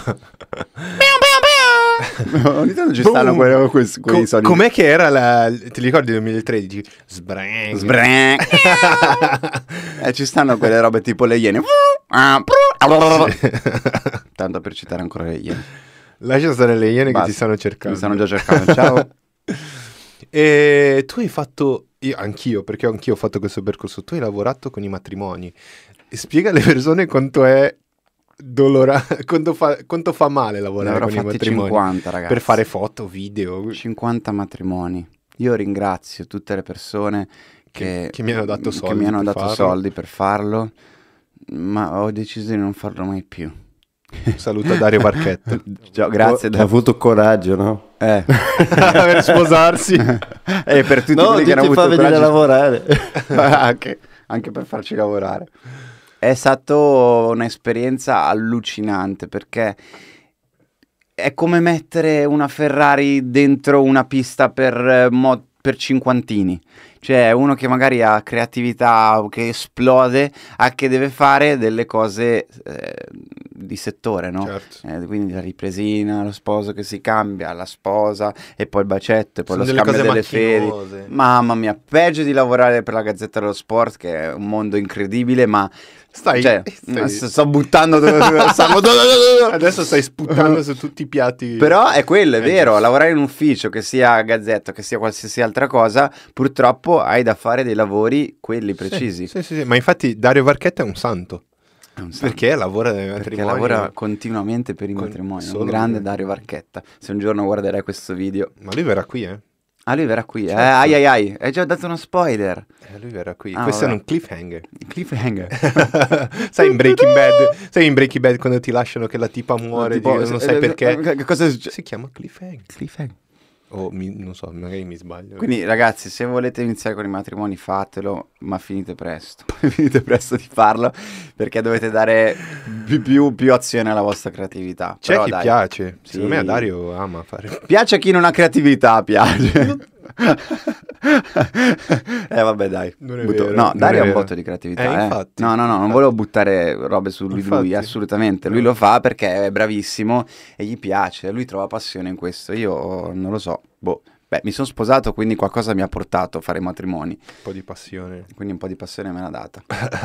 B: Ogni tanto ci stanno quei sogni.
A: Com'è che era ti ricordi del 2013? Sbrang.
B: Ci stanno quelle robe tipo le Iene. Tanto per citare ancora le Iene.
A: Lascia stare le Iene che
B: Basta.
A: ti stanno cercando.
B: Mi stanno già cercando. Ciao.
A: E tu hai fatto, anch'io, perché anch'io ho fatto questo percorso, tu hai lavorato con i matrimoni. Spiega alle persone quanto è quanto fa male
B: Ne
A: lavorare
B: avrò
A: con i
B: fatti
A: matrimoni
B: 50, ragazzi.
A: per fare foto, video
B: 50 matrimoni. Io ringrazio tutte le persone che
A: mi hanno dato
B: che
A: soldi
B: mi hanno
A: per
B: dato
A: farlo.
B: soldi per farlo, ma ho deciso di non farlo mai più.
A: saluta Dario Barchetta
B: Grazie.
C: Ha avuto coraggio, no?
A: per sposarsi.
B: E per tutti
C: No,
B: quelli che hanno
C: ti
B: avuto
C: fa venire a
B: coraggio-
C: lavorare.
B: anche per farci lavorare. È stato un'esperienza allucinante perché è come mettere una Ferrari dentro una pista per cinquantini. Cioè uno che magari ha creatività, che esplode, che deve fare delle cose di settore, no?
A: Certo.
B: Quindi la ripresina, lo sposo che si cambia, la sposa e poi il bacetto e poi
A: Sono
B: lo
A: delle
B: scambio
A: cose
B: delle fedi.
A: macchinose.
B: Mamma mia, peggio di lavorare per la Gazzetta dello Sport, che è un mondo incredibile, ma
A: Stai-
B: sto buttando
A: Adesso stai sputando su tutti i piatti.
B: Però è quello, è vero,
A: giusto.
B: lavorare in ufficio, che sia Gazzetta, che sia qualsiasi altra cosa, purtroppo hai da fare dei lavori quelli precisi.
A: Sì. Ma infatti Dario Barchetta è un santo.
B: È un santo.
A: Perché lavora nei
B: Perché
A: matrimoni.
B: lavora continuamente per i
A: Con-
B: matrimoni,
A: solo
B: un grande
A: lui.
B: Dario Barchetta. Se un giorno guarderai questo video...
A: Ma lui verrà qui, eh?
B: Ah, lui verrà qui,
A: Certo.
B: ai, hai già dato uno spoiler.
A: Lui verrà qui.
B: Ah,
A: Questo
B: vabbè.
A: è un cliffhanger.
B: Cliffhanger.
A: Sai in Breaking Bad quando ti lasciano che la tipa muore, non sai perché.
B: Che cosa succede?
A: Si chiama cliffhanger.
B: Cliffhanger.
A: O non so, magari mi sbaglio.
B: Quindi ragazzi, se volete iniziare con i matrimoni fatelo, ma finite presto. Finite presto di farlo perché dovete dare più azione alla vostra creatività.
A: C'è
B: Però
A: chi
B: dai,
A: piace.
B: sì.
A: Secondo me a Dario ama fare.
B: Piace a chi non ha creatività, piace. Vabbè dai.
A: Non è
B: Butto-
A: vero,
B: No,
A: non
B: Dario
A: è
B: ha un
A: vero.
B: botto di creatività.
A: Infatti.
B: No, non volevo buttare robe su lui,
A: Infatti.
B: assolutamente. Lui lo fa perché è bravissimo e gli piace. Lui trova passione in questo. Io non lo so. Beh, mi sono sposato, quindi qualcosa mi ha portato a fare i matrimoni.
A: Un po' di passione.
B: Quindi un po' di passione me l'ha data.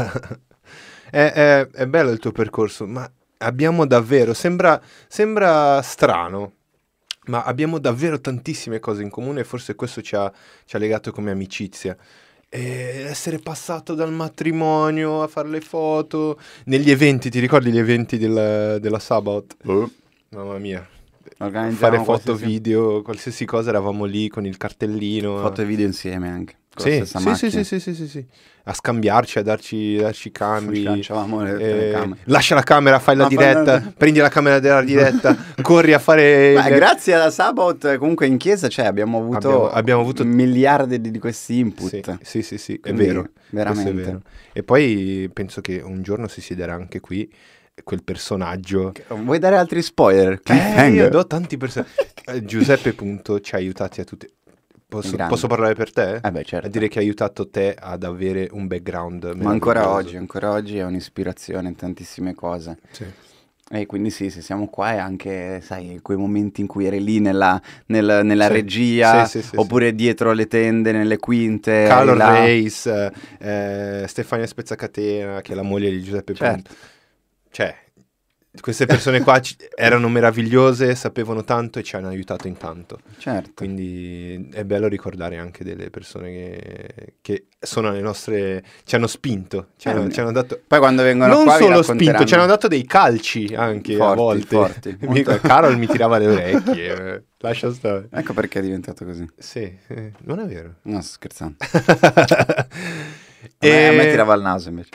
A: È bello il tuo percorso, ma abbiamo davvero, sembra strano, ma abbiamo davvero tantissime cose in comune e forse questo ci ha legato come amicizia. E essere passato dal matrimonio a fare le foto, negli eventi, ti ricordi gli eventi della Sabaoth? Mamma mia.
B: Organizziamo
A: fare foto,
B: qualsiasi-
A: video, qualsiasi cosa, eravamo lì con il cartellino.
B: Foto e video insieme anche. Con la
A: Sì,
B: stessa
A: sì,
B: macchina.
A: sì. A scambiarci, a darci cambi.
B: Ci lanciavamo le telecamere.
A: Lascia la camera, fai la
B: Ma
A: diretta,
B: fanno-
A: prendi la camera della diretta, corri a fare...
B: Beh, grazie alla Sabot, comunque in chiesa abbiamo avuto,
A: Abbiamo avuto-
B: miliardi di questi input.
A: Sì, è
B: Quindi,
A: vero.
B: veramente.
A: Questo è vero. E poi penso che un giorno si siederà anche qui quel personaggio.
B: Vuoi dare altri spoiler?
A: Io
B: Cliffhanger?
A: do tanti personaggi. Giuseppe Punto ci ha aiutati a tutti.
B: Grande.
A: Posso parlare per te?
B: Beh, certo.
A: A dire che ha aiutato te ad avere un background
B: Ma ancora
A: meraviglioso.
B: oggi è un'ispirazione in tantissime cose.
A: Sì.
B: E quindi sì, se siamo qua è anche, sai, quei momenti in cui eri lì nella
A: Sì.
B: regia,
A: Sì.
B: oppure dietro le tende, nelle quinte.
A: Carlo
B: eri là.
A: Reis, Stefania Spezzacatena, che è la moglie di Giuseppe
B: Certo.
A: Punto. Cioè, queste persone qua erano meravigliose, sapevano tanto e ci hanno aiutato in tanto.
B: Certo.
A: Quindi è bello ricordare anche delle persone che sono le nostre... ci hanno spinto, ci hanno dato...
B: Poi quando vengono
A: Non
B: qua vi
A: solo
B: racconteranno.
A: spinto, ci hanno dato dei calci anche a
B: Forti,
A: volte.
B: forti.
A: Mi ricordo, Carol mi tirava le orecchie, lascia stare.
B: Ecco perché è diventato così.
A: Sì, non è vero.
B: No, sto scherzando. A me tirava il naso invece.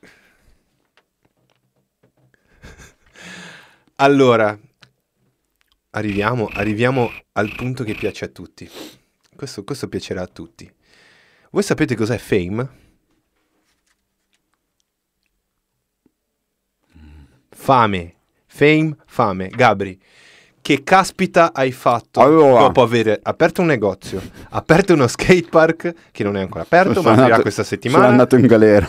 A: Allora, arriviamo al punto che piace a tutti. Questo piacerà a tutti. Voi sapete cos'è Fame? Fame. Fame, fame. Gabri, che caspita hai fatto
B: Allora.
A: dopo aver aperto un negozio, aperto uno skatepark, che non è ancora aperto, ma
B: Sono
A: aprirà
B: andato-
A: questa
B: Sono
A: settimana,
B: andato in galera.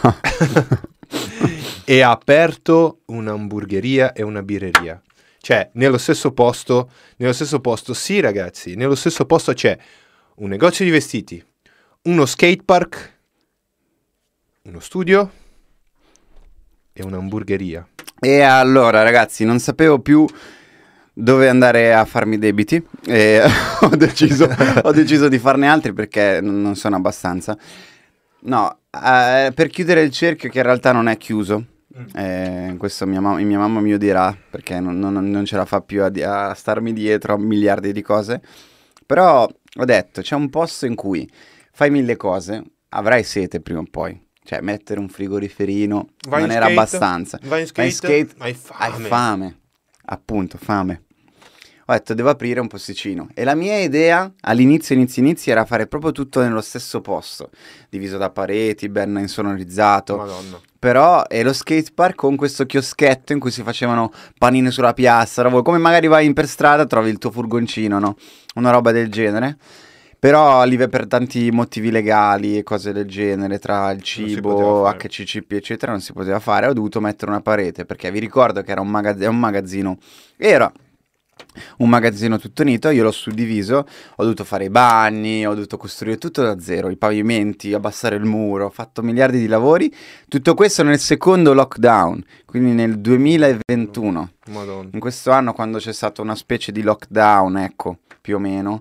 A: e ha aperto un'hamburgeria e una birreria. Cioè, nello stesso posto, sì ragazzi, nello stesso posto c'è un negozio di vestiti, uno skatepark, uno studio e un'hamburgeria.
B: E allora, ragazzi, non sapevo più dove andare a farmi debiti e ho deciso di farne altri perché non sono abbastanza. No, per chiudere il cerchio che in realtà non è chiuso. Questo mia mamma mi odierà perché non ce la fa più a starmi dietro a miliardi di cose. Però ho detto, c'è un posto in cui fai 1000 cose, avrai sete prima o poi. Cioè, mettere un frigoriferino
A: Vai
B: non
A: in
B: era
A: skate,
B: abbastanza.
A: vai in
B: Vai
A: skate, hai
B: hai
A: fame.
B: fame. Appunto, fame. Ho detto, devo aprire un posticino. E la mia idea, all'inizio era fare proprio tutto nello stesso posto. Diviso da pareti, ben insonorizzato.
A: Madonna.
B: Però è lo skatepark con questo chioschetto in cui si facevano panini sulla piazza, come magari vai per strada trovi il tuo furgoncino, no? Una roba del genere. Però lì per tanti motivi legali e cose del genere, tra il
A: si poteva
B: cibo,
A: fare.
B: HCCP eccetera, non si poteva fare. Ho dovuto mettere una parete perché vi ricordo che era un magazzino. Era un magazzino tutto unito, io l'ho suddiviso, ho dovuto fare i bagni, ho dovuto costruire tutto da zero, i pavimenti, abbassare il muro, ho fatto miliardi di lavori, tutto questo nel secondo lockdown, quindi nel 2021.
A: Madonna.
B: In questo anno, quando c'è stata una specie di lockdown, ecco, più o meno,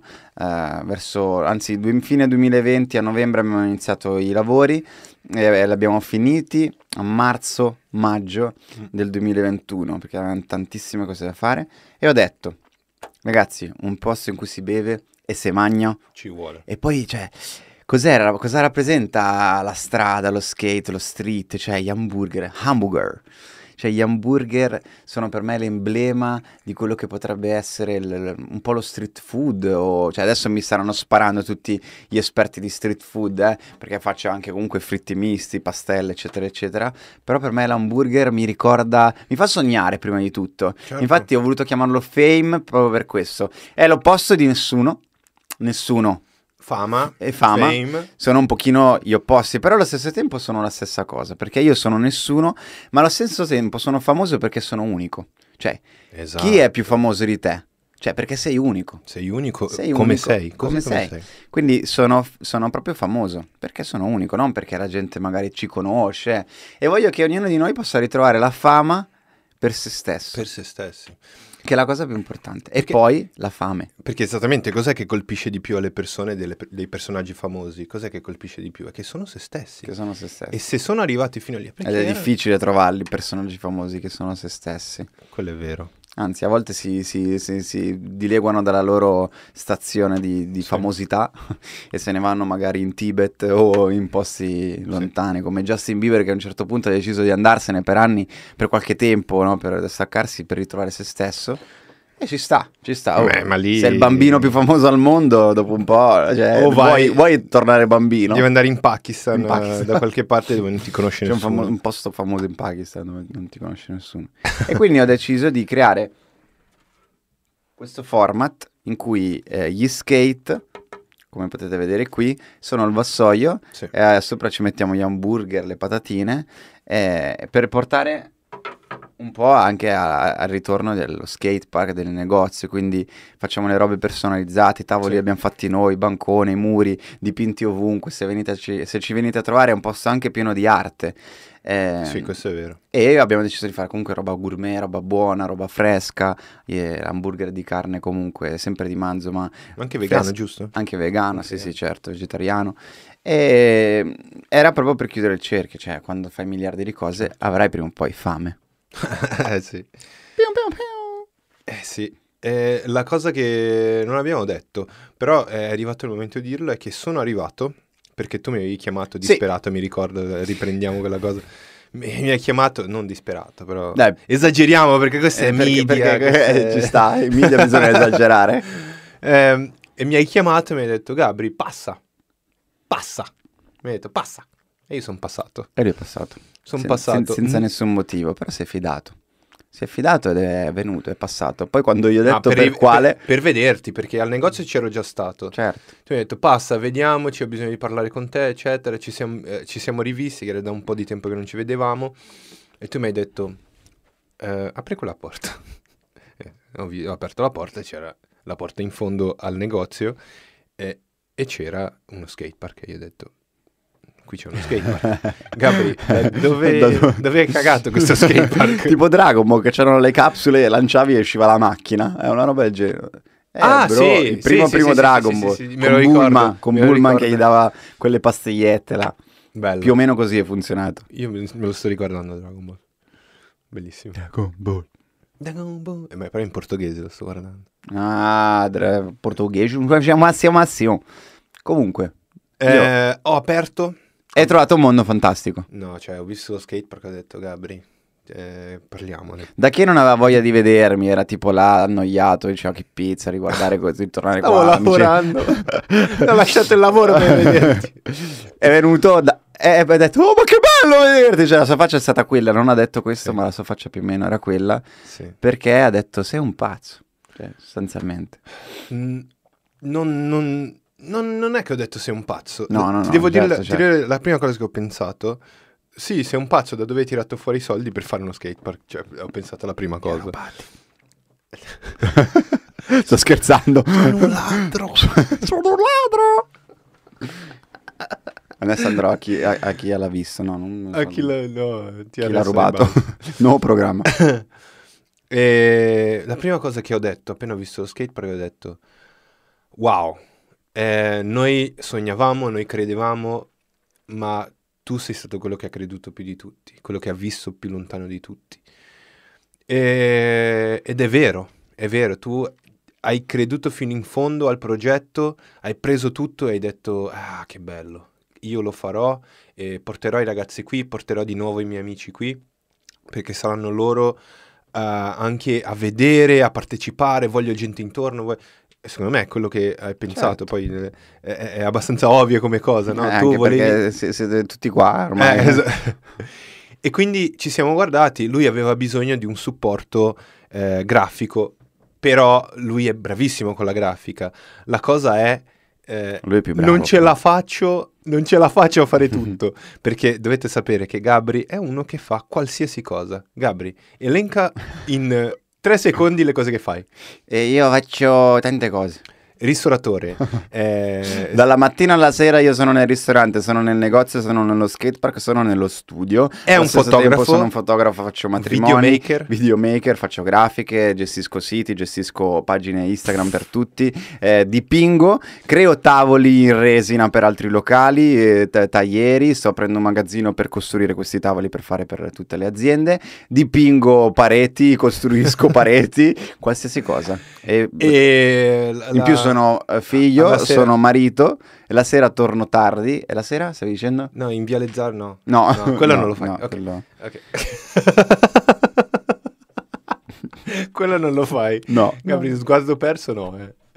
B: fine 2020, a novembre abbiamo iniziato i lavori e li abbiamo finiti a marzo-maggio del 2021, perché avevamo tantissime cose da fare. E ho detto, ragazzi, un posto in cui si beve e si mangia.
A: Ci vuole.
B: E poi, cioè, cosa rappresenta la strada, lo skate, lo street, cioè gli hamburger. Cioè gli hamburger sono per me l'emblema di quello che potrebbe essere un po' lo street food. Cioè adesso mi staranno sparando tutti gli esperti di street food, perché faccio anche comunque fritti misti, pastelle, eccetera, eccetera. Però per me l'hamburger mi fa sognare prima di tutto.
A: Certo.
B: Infatti ho voluto chiamarlo Fame proprio per questo. È l'opposto di nessuno.
A: Fama.
B: E fama.
A: Fame.
B: Sono un pochino gli opposti, però allo stesso tempo sono la stessa cosa, perché io sono nessuno, ma allo stesso tempo sono famoso perché sono unico. Cioè,
A: Esatto.
B: chi è più famoso di te? Cioè, perché sei unico.
A: Sei unico.
B: Sei
A: come
B: unico,
A: sei.
B: come
A: Così
B: sei. Quindi sono proprio famoso, perché sono unico, non perché la gente magari ci conosce. E voglio che ognuno di noi possa ritrovare la fama per se stesso,
A: Per se stessi.
B: che è la cosa più importante.
A: Perché-
B: E poi la fame.
A: Perché esattamente cos'è che colpisce di più alle persone dei personaggi famosi? Cos'è che colpisce di più? È che sono se stessi.
B: Che sono se stessi.
A: E se sono arrivati fino lì... perché
B: Ed è
A: era-
B: difficile trovarli personaggi famosi che sono se stessi.
A: Quello è vero.
B: Anzi, a volte si dileguano dalla loro stazione di
A: Sì.
B: famosità e se ne vanno magari in Tibet o in posti lontani, come Justin Bieber che a un certo punto ha deciso di andarsene per anni, per qualche tempo, no? Per staccarsi, per ritrovare se stesso. E ci sta. Oh,
A: Ma lì...
B: sei il bambino più famoso al mondo, dopo un po', cioè,
A: O vai-
B: vuoi tornare bambino?
A: Devi andare in Pakistan,
B: In Pakistan.
A: da qualche parte dove non ti conosce
B: C'è
A: nessuno.
B: un posto famoso in Pakistan dove non ti conosce nessuno. E quindi ho deciso di creare questo format in cui gli skate, come potete vedere qui, sono al vassoio,
A: Sì.
B: sopra ci mettiamo gli hamburger, le patatine, per portare un po' anche al ritorno dello skate park, del negozio, quindi facciamo le robe personalizzate, i tavoli
A: Sì.
B: abbiamo fatti noi, i banconi, i muri, dipinti ovunque, se ci venite a trovare è un posto anche pieno di arte.
A: Sì, questo è vero.
B: E abbiamo deciso di fare comunque roba gourmet, roba buona, roba fresca, hamburger di carne comunque, sempre di manzo, ma
A: Anche vegano,
B: fresco.
A: giusto?
B: Anche vegano,
A: Anche
B: sì,
A: vegano.
B: sì, certo, vegetariano. E era proprio per chiudere il cerchio, cioè quando fai miliardi di cose avrai prima o poi fame.
A: Sì. Sì. La cosa che non abbiamo detto, però è arrivato il momento di dirlo, è che sono arrivato, perché tu mi avevi chiamato
B: Sì.
A: disperato, mi ricordo, riprendiamo quella cosa. Mi hai chiamato, non disperato, però
B: Dai.
A: esageriamo perché questo è
B: Perché-
A: media.
B: perché ci sta, in media bisogna esagerare.
A: E mi hai chiamato e mi hai detto, Gabri, passa. Mi hai detto, passa. E io sono passato.
B: E lui è passato.
A: Sono passato.
B: Senza nessun motivo, però si è fidato. Si è fidato ed è venuto, è passato. Poi quando gli ho detto per quale...
A: Per vederti, perché al negozio c'ero già stato.
B: Certo.
A: Tu mi hai detto, passa, vediamoci, ho bisogno di parlare con te, eccetera. Ci siamo rivisti, che era da un po' di tempo che non ci vedevamo. E tu mi hai detto, apri quella porta. Ho aperto la porta, c'era la porta in fondo al negozio e c'era uno skatepark. E io ho detto, qui c'è uno skatepark. Gabri, dove hai cagato questo skatepark?
B: Tipo Dragon Ball, che c'erano le capsule, lanciavi e usciva la macchina. È una roba del genere. Bro,
A: sì,
B: il primo
A: sì,
B: Dragon
A: sì,
B: Ball.
A: sì, me lo ricordo,
B: Con
A: me lo
B: Bulma che
A: ricordo.
B: gli dava quelle pastigliette là.
A: Bello.
B: Più o meno così è funzionato.
A: Io me lo sto ricordando Dragon Ball. Bellissimo.
B: Dragon Ball.
A: Dragon Ball. Ma però in portoghese lo sto guardando.
B: Ah, portoghese. Massimo. Comunque,
A: Ho aperto.
B: hai trovato un mondo fantastico.
A: No, cioè ho visto lo skatepark e ho detto, Gabri, parliamone.
B: Da chi non aveva voglia di vedermi, era tipo là annoiato, diceva che pizza, riguardare così, tornare
A: Stavo
B: qua.
A: lavorando. Ho lasciato il lavoro per vederti.
B: È venuto e ha detto, oh ma che bello vederti, cioè la sua faccia è stata quella, non ha detto questo,
A: Sì.
B: ma la sua faccia più o meno era quella,
A: Sì.
B: perché ha detto sei un pazzo, cioè sostanzialmente.
A: Non è che ho detto sei un pazzo.
B: No,
A: Ti devo dire,
B: certo,
A: dire la prima cosa che ho pensato. Sì, sei un pazzo, da dove hai tirato fuori i soldi per fare uno skatepark? Cioè, ho pensato alla prima cosa.
B: Sto scherzando.
A: Sono un ladro.
B: Sono un ladro. Adesso andrò a chi l'ha visto, no? Non
A: A
B: so.
A: chi l'ha
B: Chi l'ha rubato. Nuovo programma.
A: E la prima cosa che ho detto, appena ho visto lo skatepark, ho detto, wow, noi sognavamo, noi credevamo, ma tu sei stato quello che ha creduto più di tutti, quello che ha visto più lontano di tutti. Ed è vero, tu hai creduto fino in fondo al progetto, hai preso tutto e hai detto, ah, che bello, io lo farò e porterò i ragazzi qui, porterò di nuovo i miei amici qui, perché saranno loro anche a vedere, a partecipare, voglio gente intorno. E secondo me è quello che hai pensato,
B: Certo.
A: poi è abbastanza ovvio come cosa, no? Tu
B: Anche
A: volevi...
B: perché siete tutti qua ormai.
A: E quindi ci siamo guardati, lui aveva bisogno di un supporto grafico, però lui è bravissimo con la grafica. La cosa è,
B: Lui è più bravo,
A: non ce
B: però.
A: la faccio a fare tutto, perché dovete sapere che Gabri è uno che fa qualsiasi cosa. Gabri, elenca in 3 secondi le cose che fai.
B: E io faccio tante cose.
A: ristoratore.
B: Dalla mattina alla sera io sono nel ristorante, sono nel negozio, sono nello skatepark, sono nello studio.
A: È un fotografo.
B: Sono un fotografo, faccio matrimoni,
A: videomaker,
B: faccio grafiche, gestisco siti, gestisco pagine Instagram per tutti, dipingo, creo tavoli in resina per altri locali, taglieri, sto aprendo un magazzino per costruire questi tavoli per fare per tutte le aziende, dipingo pareti, costruisco pareti, qualsiasi cosa. In più sono figlio, sono marito, e la sera torno tardi. E la sera, stavi dicendo?
A: No, in Via Lezzar no.
B: No,
A: quello non lo fai.
B: No,
A: okay.
B: quello...
A: Okay. Quello non lo fai.
B: No.
A: Gabri, sguardo perso no.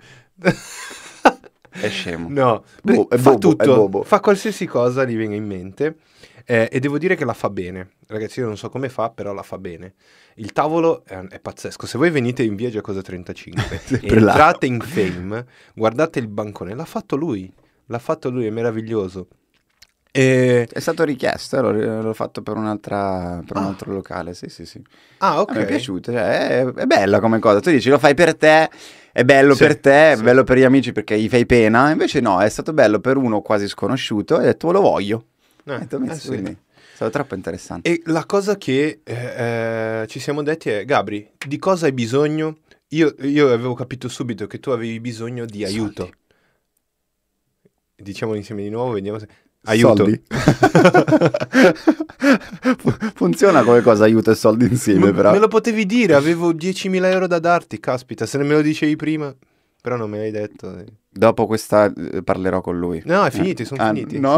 B: È scemo.
A: No, fa tutto, fa qualsiasi cosa gli venga in mente. E devo dire che la fa bene. Ragazzi, io non so come fa, però la fa bene. Il tavolo è pazzesco. Se voi venite in via Giacosa 35 e entrate in Fame, guardate il bancone. L'ha fatto lui, è meraviglioso.
B: È stato richiesto, l'ho fatto per un altro locale, sì.
A: Ah, ok.
B: Mi è piaciuto, cioè, è bella come cosa. Tu dici, lo fai per te, è bello per te, è bello per gli amici perché gli fai pena. Invece no, è stato bello per uno quasi sconosciuto e ho detto, lo voglio. Quindi è stato troppo interessante.
A: E la cosa che ci siamo detti è, Gabri, di cosa hai bisogno? Io avevo capito subito che tu avevi bisogno di aiuto.
B: Soldi.
A: Diciamolo insieme di nuovo, vediamo se... Aiuto.
B: Soldi. Funziona come cosa aiuto e soldi insieme, però.
A: Me lo potevi dire, avevo 10.000 euro da darti, caspita, se non me lo dicevi prima, però non me l'hai detto.
B: Dopo questa parlerò con lui.
A: No, è finito, sono finiti.
B: No.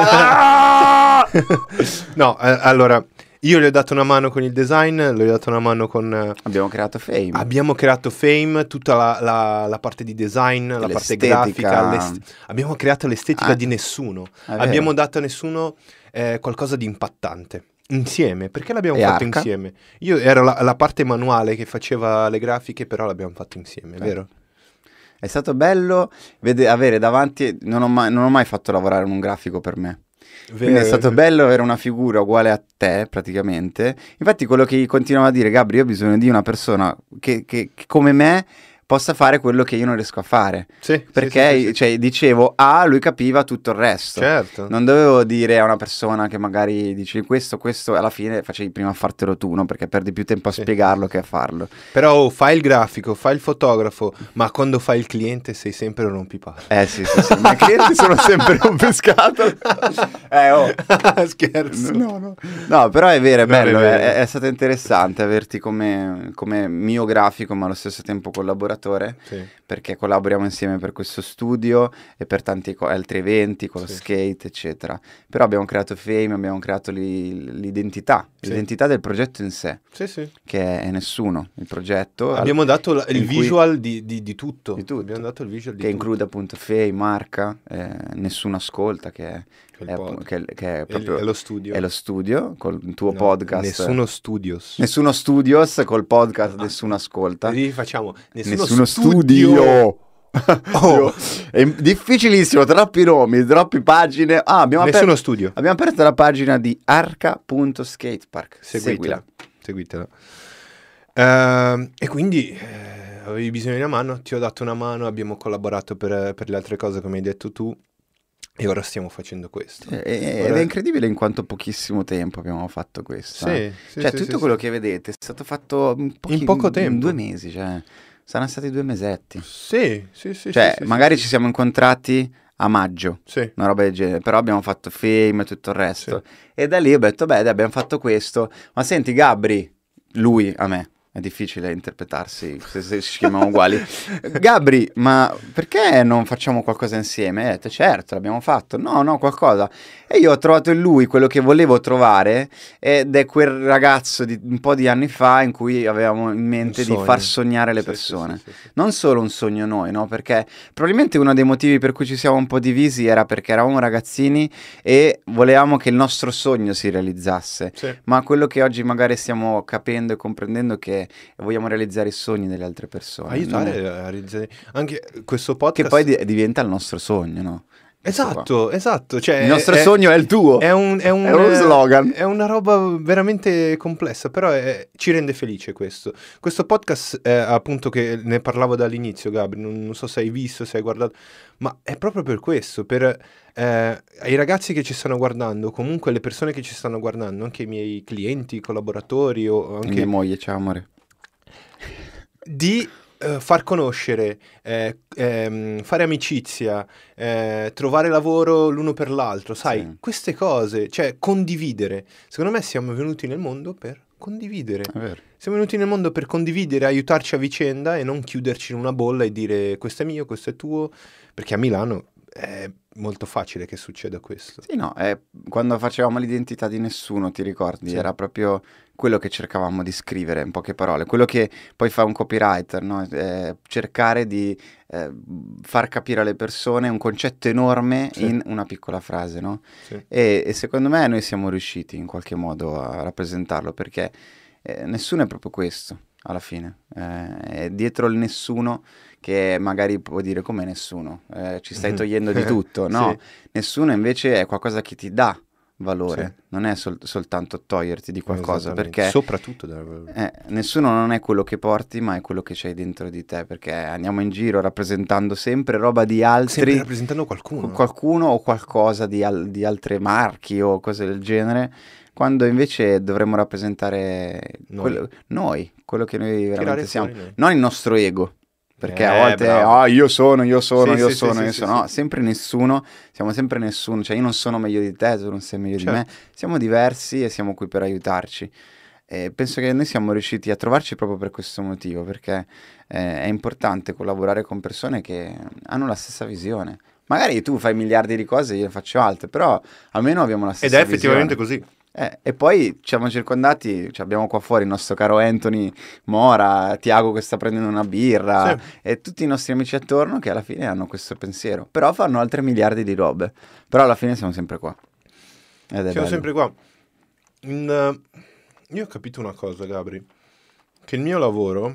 A: No, allora, io gli ho dato una mano con il design, gli ho dato una mano con...
B: Abbiamo creato
A: Fame, tutta la parte di design, la parte grafica. Abbiamo creato l'estetica di nessuno. Abbiamo dato a nessuno qualcosa di impattante. Insieme, perché l'abbiamo fatto insieme? Io ero la parte manuale che faceva le grafiche, però l'abbiamo fatto insieme, vero?
B: È stato bello avere davanti... Non ho mai fatto lavorare un grafico per me. Quindi è stato bello avere una figura uguale a te praticamente. Infatti quello che continuavo a dire, Gabri, io ho bisogno di una persona che come me possa fare quello che io non riesco a fare. Perché cioè, dicevo lui capiva tutto il resto.
A: Certo.
B: Non dovevo dire a una persona che magari dici questo alla fine facevi prima a fartelo tu, no? Perché perdi più tempo a spiegarlo che a farlo.
A: Però fai il grafico, fai il fotografo, ma quando fai il cliente sei sempre un rompipalle.
B: Sì. I clienti sono sempre rompiscatole.
A: Scherzo.
B: No, però è vero, è bello. È stato interessante averti come mio grafico, ma allo stesso tempo collaboratore. Perché collaboriamo insieme per questo studio e per tanti altri eventi con lo skate eccetera. Però abbiamo creato Fame, abbiamo creato l'identità del progetto in sé, che è nessuno il progetto.
A: Abbiamo dato il visual di tutto. Abbiamo dato il visual di
B: che
A: tutto.
B: include appunto Fame, marca, nessuno ascolta, che è proprio
A: è lo studio.
B: È lo studio col tuo podcast.
A: Nessuno Studios
B: col podcast Nessuno Ascolta.
A: Rifacciamo
B: Nessuno studio. È difficilissimo, troppi nomi, troppe pagine.
A: Nessuno studio.
B: Abbiamo aperto la pagina di arca.skatepark. Seguitela.
A: E quindi avevi bisogno di una mano, ti ho dato una mano, abbiamo collaborato per le altre cose come hai detto tu. E ora stiamo facendo questo.
B: Ed è incredibile in quanto pochissimo tempo abbiamo fatto questo. Tutto quello che vedete è stato fatto
A: in poco tempo.
B: In 2 mesi, cioè saranno stati 2 mesetti.
A: Sì.
B: Magari ci siamo incontrati a maggio,
A: una
B: roba del genere, però abbiamo fatto Fame e tutto il resto. E da lì ho detto, abbiamo fatto questo. Ma senti, Gabri, lui a me. È difficile interpretarsi se ci chiamiamo uguali. Gabri, ma perché non facciamo qualcosa insieme? Ho detto, certo, l'abbiamo fatto. No, qualcosa. E io ho trovato in lui quello che volevo trovare, ed è quel ragazzo di un po' di anni fa in cui avevamo in mente di far sognare le persone. Sì. Non solo un sogno noi, no? Perché probabilmente uno dei motivi per cui ci siamo un po' divisi era perché eravamo ragazzini e volevamo che il nostro sogno si realizzasse. Ma quello che oggi magari stiamo capendo e comprendendo è che vogliamo realizzare i sogni delle altre persone,
A: aiutare a realizzare anche questo podcast
B: che poi diventa il nostro sogno, no?
A: Esatto. Cioè,
B: Il nostro sogno è il tuo.
A: È uno
B: slogan.
A: È una roba veramente complessa, però ci rende felice questo. Questo podcast, appunto, che ne parlavo dall'inizio, Gabri, non so se hai visto, se hai guardato, ma è proprio per questo, per ai ragazzi che ci stanno guardando, comunque le persone che ci stanno guardando, anche i miei clienti, collaboratori o anche...
B: Mia moglie, ciao amore.
A: Di far conoscere, fare amicizia, trovare lavoro l'uno per l'altro, sai,
B: Sì.
A: queste cose, cioè condividere. Secondo me siamo venuti nel mondo per condividere.
B: È vero.
A: Siamo venuti nel mondo per condividere, aiutarci a vicenda e non chiuderci in una bolla e dire questo è mio, questo è tuo, perché a Milano è molto facile che succeda questo.
B: Sì, no, quando facevamo l'identità di nessuno, ti ricordi?
A: Sì.
B: Era proprio quello che cercavamo di scrivere, in poche parole. Quello che poi fa un copywriter, no? Cercare di far capire alle persone un concetto enorme
A: Sì.
B: in una piccola frase, no?
A: Sì.
B: E secondo me noi siamo riusciti in qualche modo a rappresentarlo, perché nessuno è proprio questo, alla fine. È dietro il nessuno che magari può dire come nessuno, ci stai togliendo di tutto, no?
A: Sì.
B: Nessuno invece è qualcosa che ti dà valore,
A: Sì.
B: non è soltanto toglierti di qualcosa,
A: Esattamente.
B: perché
A: soprattutto
B: nessuno non è quello che porti, ma è quello che c'hai dentro di te, perché andiamo in giro rappresentando sempre roba di altri,
A: sempre rappresentando qualcuno
B: o qualcosa di altre marchi o cose del genere, quando invece dovremmo rappresentare quello che noi veramente siamo,
A: noi.
B: non il nostro ego. Perché a volte
A: bravo.
B: io sono,
A: Sì,
B: no,
A: sì.
B: sempre nessuno, siamo sempre nessuno, cioè io non sono meglio di te, tu non sei meglio di me, siamo diversi e siamo qui per aiutarci. E penso che noi siamo riusciti a trovarci proprio per questo motivo, perché è importante collaborare con persone che hanno la stessa visione. Magari tu fai miliardi di cose, io ne faccio altre, però almeno abbiamo la stessa
A: Ed è
B: visione.
A: effettivamente così.
B: E poi siamo circondati, abbiamo qua fuori il nostro caro Anthony Mora, Tiago che sta prendendo una birra, e tutti i nostri amici attorno che alla fine hanno questo pensiero, però fanno altre miliardi di robe, però alla fine siamo sempre qua. Ed è
A: Siamo
B: bello.
A: sempre qua. Io ho capito una cosa, Gabri, che il mio lavoro,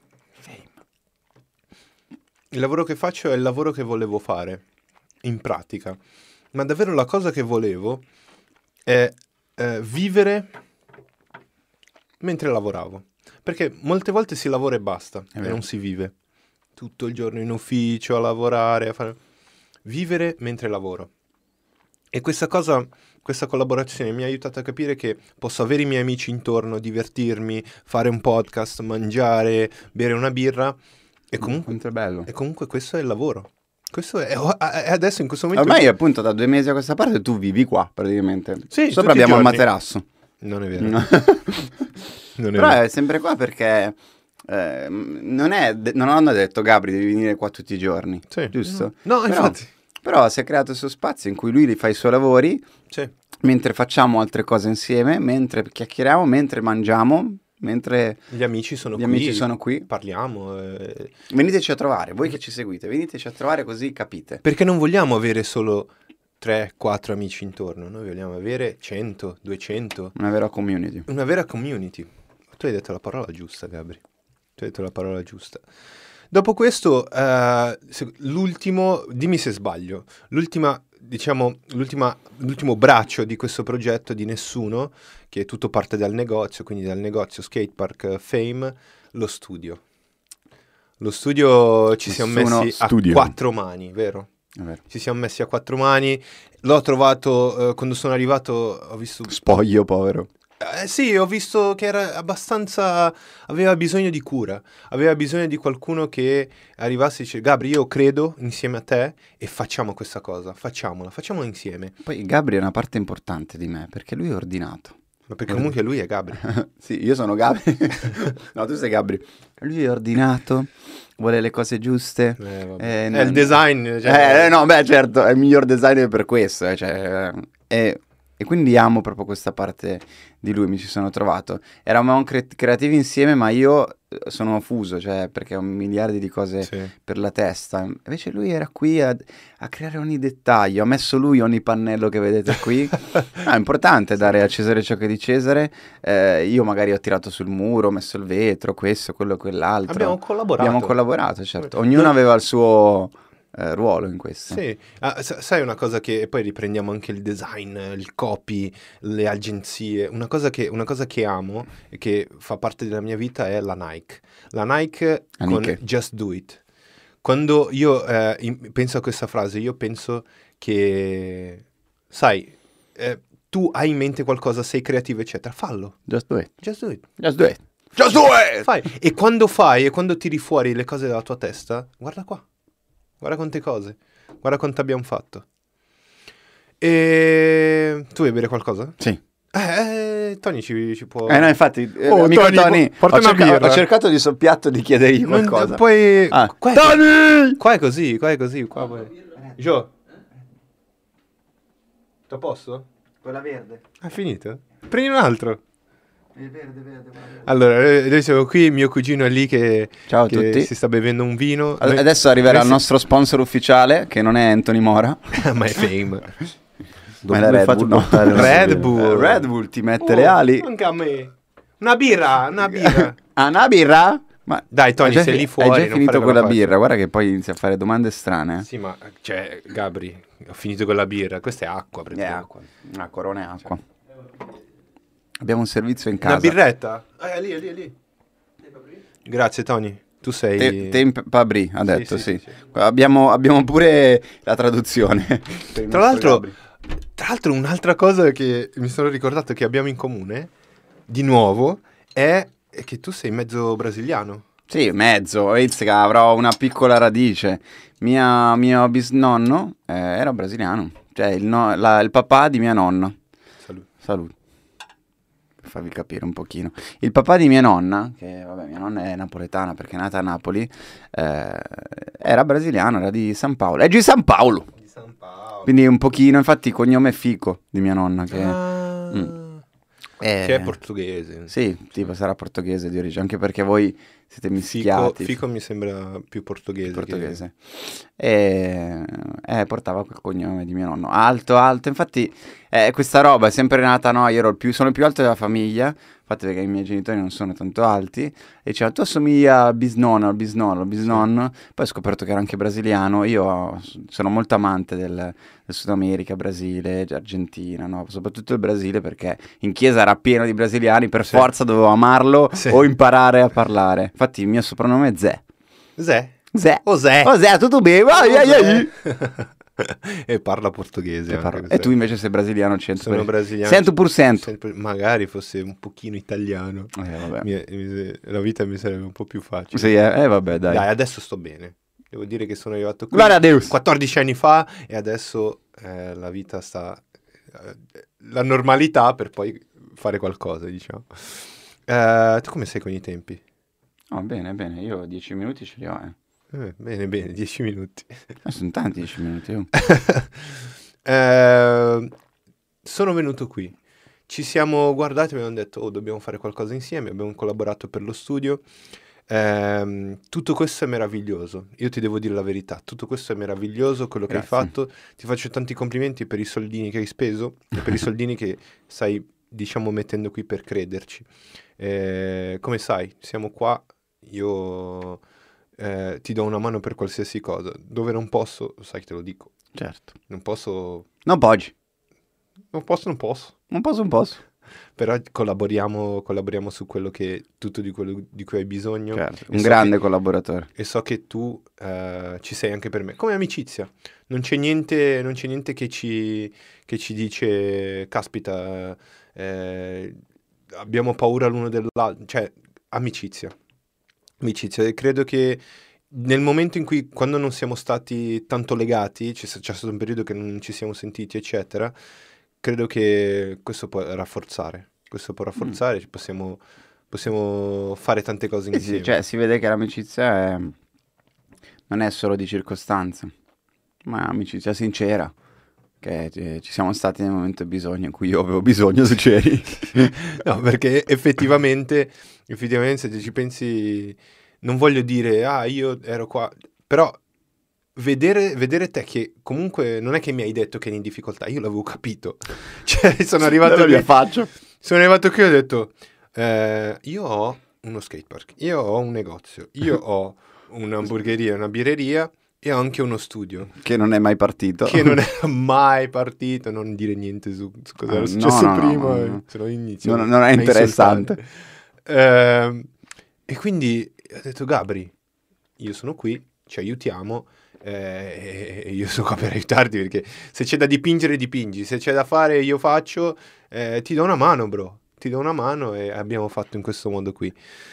A: il lavoro che faccio è il lavoro che volevo fare, in pratica, ma davvero la cosa che volevo è vivere mentre lavoravo, perché molte volte si lavora e basta, e
B: vero.
A: non si vive tutto il giorno in ufficio a lavorare, vivere mentre lavoro. E questa collaborazione mi ha aiutato a capire che posso avere i miei amici intorno, divertirmi, fare un podcast, mangiare, bere una birra, e comunque,
B: Quanto è bello.
A: e comunque questo è il lavoro. Questo è adesso in questo momento.
B: Ormai appunto da 2 mesi a questa parte tu vivi qua praticamente.
A: Sì,
B: Sopra
A: tutti i
B: abbiamo il
A: giorni.
B: materasso.
A: Non è vero.
B: No.
A: Non è
B: Però
A: vero.
B: è sempre qua perché non hanno detto Gabri devi venire qua tutti i giorni,
A: Sì.
B: giusto?
A: No, infatti.
B: Però si è creato questo spazio in cui lui fa i suoi lavori,
A: Sì.
B: mentre facciamo altre cose insieme, mentre chiacchieriamo, mentre mangiamo, mentre
A: Gli amici sono
B: gli
A: qui.
B: amici sono qui.
A: Parliamo.
B: Veniteci a trovare, voi che ci seguite, veniteci a trovare così capite.
A: Perché non vogliamo avere solo 3-4 amici intorno. Noi vogliamo avere 100, 200.
B: Una vera community.
A: Una vera community. Tu hai detto la parola giusta, Gabri. Tu hai detto la parola giusta. Dopo questo, l'ultimo, dimmi se sbaglio, l'ultimo braccio di questo progetto di Nessuno, che tutto parte dal negozio, quindi dal negozio Skatepark Fame, lo studio. Lo studio ci siamo
B: Nessuno
A: messi
B: studio.
A: a 4 mani, vero?
B: È vero.
A: Ci siamo messi a 4 mani. L'ho trovato, quando sono arrivato, ho visto...
B: Spoglio, povero.
A: Sì, ho visto che era abbastanza... aveva bisogno di cura, aveva bisogno di qualcuno che arrivasse e dice Gabri, io credo insieme a te e facciamo questa cosa, facciamola insieme.
B: Poi Gabri è una parte importante di me, perché lui è ordinato.
A: Ma perché comunque lui è Gabri.
B: Sì, io sono Gabri. No, tu sei Gabri. Lui è ordinato, vuole le cose giuste.
A: È il design.
B: No, beh, certo, è il miglior designer per questo. E quindi amo proprio questa parte di lui, mi ci sono trovato. Eravamo creativi insieme, ma io sono fuso, cioè perché ho miliardi di cose per la testa. Invece lui era qui a creare ogni dettaglio, ha messo lui ogni pannello che vedete qui. No, è importante dare a Cesare ciò che è di Cesare. Io magari ho tirato sul muro, ho messo il vetro, questo, quello, quell'altro.
A: Abbiamo collaborato,
B: certo. Ognuno aveva il suo... ruolo in questo.
A: Sì, sai una cosa che, e poi riprendiamo anche il design, il copy, le agenzie, una cosa che amo e che fa parte della mia vita è la Nike. La Nike con
B: Nike.
A: Just Do It. Quando io penso a questa frase, io penso che, sai, tu hai in mente qualcosa, sei creativo, eccetera, fallo.
B: Just do it.
A: Just do it.
B: Just do it. Just do it!
A: Fai. E quando tiri fuori le cose dalla tua testa, guarda qua. Guarda quante cose. Guarda quanto abbiamo fatto. E tu vuoi bere qualcosa?
B: Sì.
A: Tony ci può...
B: No, infatti,
A: Oh,
B: amico
A: Tony,
B: Tony,
A: porta una birra.
B: ho cercato di soppiatto di chiedergli qualcosa.
A: Poi...
B: Ah,
A: Qua è,
B: Tony!
A: qua è così, qua è così. Qua poi... Gio. Tutto a posto?
B: Quella verde.
A: È finito? Prendi un altro.
B: Verde.
A: Allora, noi siamo qui, mio cugino è lì che
B: Ciao a tutti.
A: si sta bevendo un vino.
B: Adesso arriverà il
A: noi
B: nostro sponsor ufficiale, che non è Anthony Mora.
A: Ma è Fame.
B: Ma è la Red Bull, no?
A: Red Bull.
B: Red Bull ti mette le ali.
A: Anche a me. Una birra.
B: Ah, una birra? Ma
A: Dai, Tony,
B: hai già
A: sei lì fuori,
B: Hai già
A: non
B: finito
A: fare
B: quella
A: quella faccia.
B: birra, guarda che poi inizia a fare domande strane.
A: Sì, ma, cioè, Gabri, ho finito con la birra. Questa è acqua,
B: È
A: praticamente.
B: acqua. Ah, Corona è acqua. Abbiamo un servizio in casa.
A: Una birretta? È lì. Grazie, Tony. Tu sei...
B: Pabri ha detto,
A: sì.
B: Abbiamo pure la traduzione. per il
A: Tra
B: nostro
A: l'altro,
B: Gabri.
A: un'altra cosa che mi sono ricordato che abbiamo in comune, di nuovo, è che tu sei mezzo brasiliano.
B: Sì, mezzo, avrò una piccola radice. Mio bisnonno era brasiliano, cioè il papà di mia nonna. Salute. Per farvi capire un pochino. Il papà di mia nonna, che vabbè, mia nonna è napoletana perché è nata a Napoli, era brasiliano, era di San Paolo. È di San Paolo!
A: Di San Paolo.
B: Quindi un pochino, infatti il cognome è Fico di mia nonna,
A: Che è portoghese.
B: Sì, tipo sarà portoghese di origine, anche perché voi siete mischiati.
A: Fico mi sembra più portoghese.
B: Portoghese. E portava quel cognome di mio nonno. Alto, infatti questa roba è sempre nata, no? Io sono il più alto della famiglia, infatti perché i miei genitori non sono tanto alti, e diceva tu assomiglia al bisnonno, poi ho scoperto che era anche brasiliano. Io sono molto amante del Sud America, Brasile, Argentina, no? Soprattutto il Brasile, perché in chiesa era pieno di brasiliani, per forza dovevo amarlo o imparare a parlare. Infatti il mio soprannome è Zé. Zé, tutto bene? Vai.
A: E parla portoghese.
B: E tu invece sei brasiliano 100%.
A: Sono brasiliano.
B: 100%.
A: Magari fosse un pochino italiano.
B: Vabbè.
A: La vita mi sarebbe un po' più facile.
B: Sì, vabbè, dai.
A: Dai, adesso sto bene. Devo dire che sono arrivato qui
B: Gloria a Deus.
A: 14 anni fa e adesso la vita sta... la normalità per poi fare qualcosa, diciamo. Tu come sei con i tempi?
B: Oh, bene, io 10 minuti ce li ho,
A: Bene, 10 minuti.
B: Sono tanti 10 minuti.
A: Sono venuto qui. Ci siamo guardati e abbiamo detto, dobbiamo fare qualcosa insieme. Abbiamo collaborato per lo studio. Tutto questo è meraviglioso. Io ti devo dire la verità. Tutto questo è meraviglioso, quello che hai fatto. Ti faccio tanti complimenti per i soldini che hai speso e per i soldini che stai, diciamo, mettendo qui per crederci. Come sai, siamo qua. Io ti do una mano per qualsiasi cosa. Dove non posso, sai che te lo dico.
B: Certo.
A: Non posso.
B: Non posso.
A: Non posso. Però collaboriamo su quello che tutto di quello di cui hai bisogno.
B: Certo. Un grande collaboratore.
A: E so che tu ci sei anche per me. Come amicizia. Non c'è niente che ci dice, caspita, abbiamo paura l'uno dell'altro. Cioè, amicizia. E credo che nel momento in cui, quando non siamo stati tanto legati, c'è stato un periodo che non ci siamo sentiti, eccetera, credo che questo può rafforzare. Possiamo fare tante cose insieme.
B: Sì, cioè si vede che l'amicizia non è solo di circostanza, ma è amicizia sincera, che ci siamo stati nel momento di bisogno in cui io avevo bisogno, se c'eri.
A: No, perché effettivamente se ci pensi, non voglio dire, io ero qua, però vedere te che comunque non è che mi hai detto che eri in difficoltà, io l'avevo capito. Cioè, sono arrivato qui e ho detto, io ho uno skatepark, io ho un negozio, io ho un'hamburgeria, una birreria, e ho anche uno studio.
B: Che non è mai partito.
A: Che non è mai partito, non dire niente su cosa era successo prima, se no inizio
B: non è interessante.
A: E quindi ho detto, Gabri, io sono qui, ci aiutiamo, e io sono qua per aiutarti, perché se c'è da dipingere dipingi, se c'è da fare io faccio, ti do una mano, bro, ti do una mano, e abbiamo fatto in questo modo qui.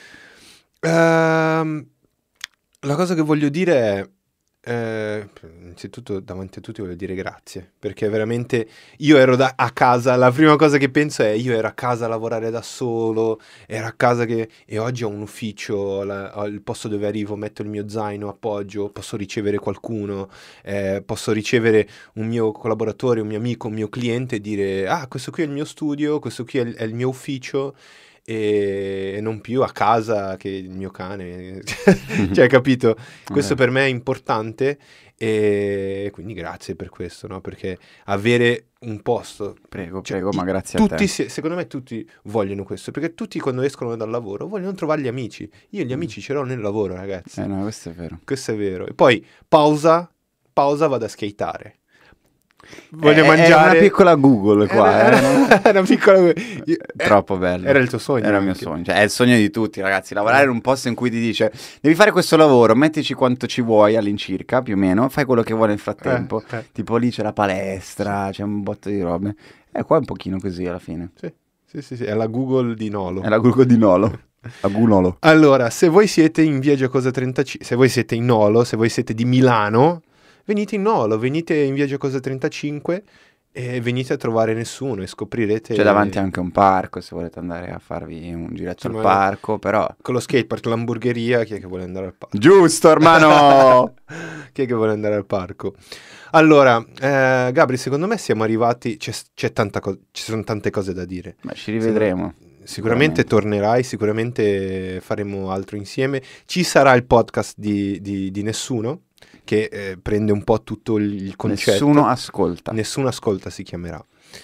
A: La cosa che voglio dire è, innanzitutto davanti a tutti voglio dire grazie, perché veramente io ero a casa, la prima cosa che penso è io ero a casa a lavorare da solo, ero a casa e oggi ho un ufficio, ho il posto dove arrivo, metto il mio zaino, appoggio, posso ricevere qualcuno, posso ricevere un mio collaboratore, un mio amico, un mio cliente e dire questo qui è il mio studio, questo qui è il mio ufficio, e non più a casa che il mio cane. Cioè, capito? Questo per me è importante, e quindi grazie per questo, no? Perché avere un posto,
B: prego, ma grazie a te.
A: Secondo me tutti vogliono questo, perché tutti quando escono dal lavoro vogliono trovare gli amici. Io gli amici ce l'ho nel lavoro, ragazzi.
B: No, questo è vero.
A: Questo è vero. E poi pausa, vado a skateare. Voglio mangiare.
B: Era una piccola Google qua.
A: Era una piccola.
B: Troppo bello.
A: Era il tuo sogno.
B: Era il mio sogno. Cioè, è il sogno di tutti, ragazzi. Lavorare in un posto in cui ti dice devi fare questo lavoro, mettici quanto ci vuoi all'incirca, più o meno. Fai quello che vuoi nel frattempo. Tipo lì c'è la palestra, c'è un botto di robe. Qua è un pochino così alla fine.
A: Sì. È la Google di Nolo.
B: È la Google di Nolo. A Gunolo.
A: Allora, se voi siete in via Giacosa 35, se voi siete in Nolo, se voi siete di Milano, venite in Nolo, venite in via Giacosa 35 e venite a trovare nessuno e scoprirete.
B: C'è davanti anche un parco, se volete andare a farvi un giretto al parco, però.
A: Con lo skatepark, l'hamburgeria, chi è che vuole andare al parco?
B: Giusto, hermano!
A: Chi è che vuole andare al parco? Allora, Gabri, secondo me siamo arrivati, ci sono tante cose da dire.
B: Ma ci rivedremo.
A: Sicuramente tornerai, sicuramente faremo altro insieme. Ci sarà il podcast di Nessuno, che prende un po' tutto il concetto. Nessuno ascolta si chiamerà.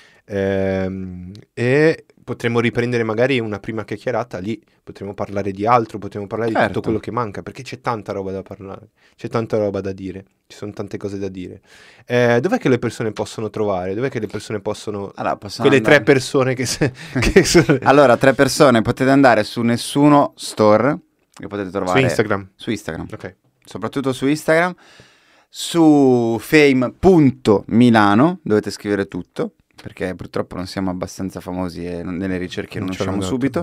A: E potremo riprendere magari una prima chiacchierata lì, potremo parlare di altro, potremo parlare di tutto quello che manca, perché c'è tanta roba da parlare, c'è tanta roba da dire, ci sono tante cose da dire. Dov'è che le persone possono trovare? Dov'è che le persone possono quelle andare. 3 persone che sono.
B: Allora, 3 persone, potete andare su Nessuno Store, che potete trovare
A: su Instagram.
B: Ok. Soprattutto su Instagram, su fame.milano, dovete scrivere tutto, perché purtroppo non siamo abbastanza famosi e nelle ricerche non usciamo subito.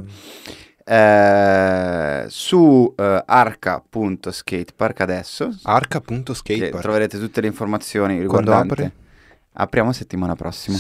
B: Su arca.skatepark adesso.
A: Arca.skatepark.
B: Troverete tutte le informazioni riguardanti.
A: Quando apre?
B: Apriamo settimana prossima.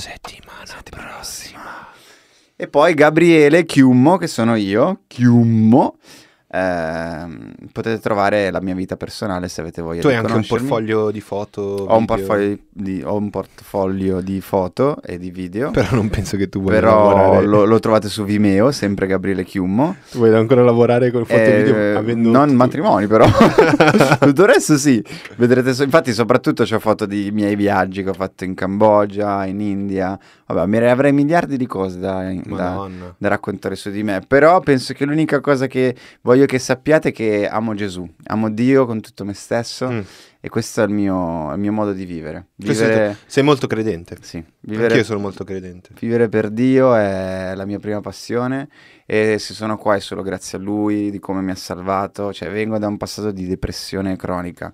B: E poi Gabriele Chiummo, che sono io, Chiummo. Potete trovare la mia vita personale se avete voglia.
A: Tu hai anche un portfolio di foto?
B: Ho un portfolio di foto e di video.
A: Però non penso che tu voglia lavorare.
B: Però lo trovate su Vimeo, sempre Gabriele Chiummo.
A: Tu vuoi ancora lavorare con foto e video?
B: Non matrimoni però. Tutto il resto sì. Vedrete, infatti soprattutto c'ho foto di miei viaggi che ho fatto in Cambogia, in India. Vabbè, avrei miliardi di cose da raccontare su di me. Però penso che l'unica cosa che voglio che sappiate è che amo Gesù, amo Dio con tutto me stesso, e questo è il mio modo di vivere.
A: Sei molto credente.
B: Sì.
A: Anch'io sono molto credente.
B: Vivere per Dio è la mia prima passione, e se sono qua è solo grazie a Lui, di come mi ha salvato. Cioè, vengo da un passato di depressione cronica,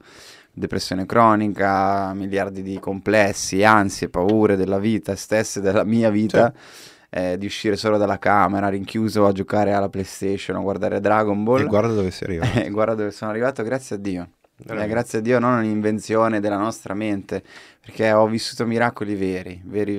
B: miliardi di complessi, ansie, paure della vita stessa, della mia vita. Di uscire solo dalla camera, rinchiuso a giocare alla PlayStation, a guardare Dragon Ball.
A: E guarda dove sei arrivato.
B: Guarda dove sono arrivato, grazie a Dio. Grazie a Dio, non un'invenzione della nostra mente, perché ho vissuto miracoli veri,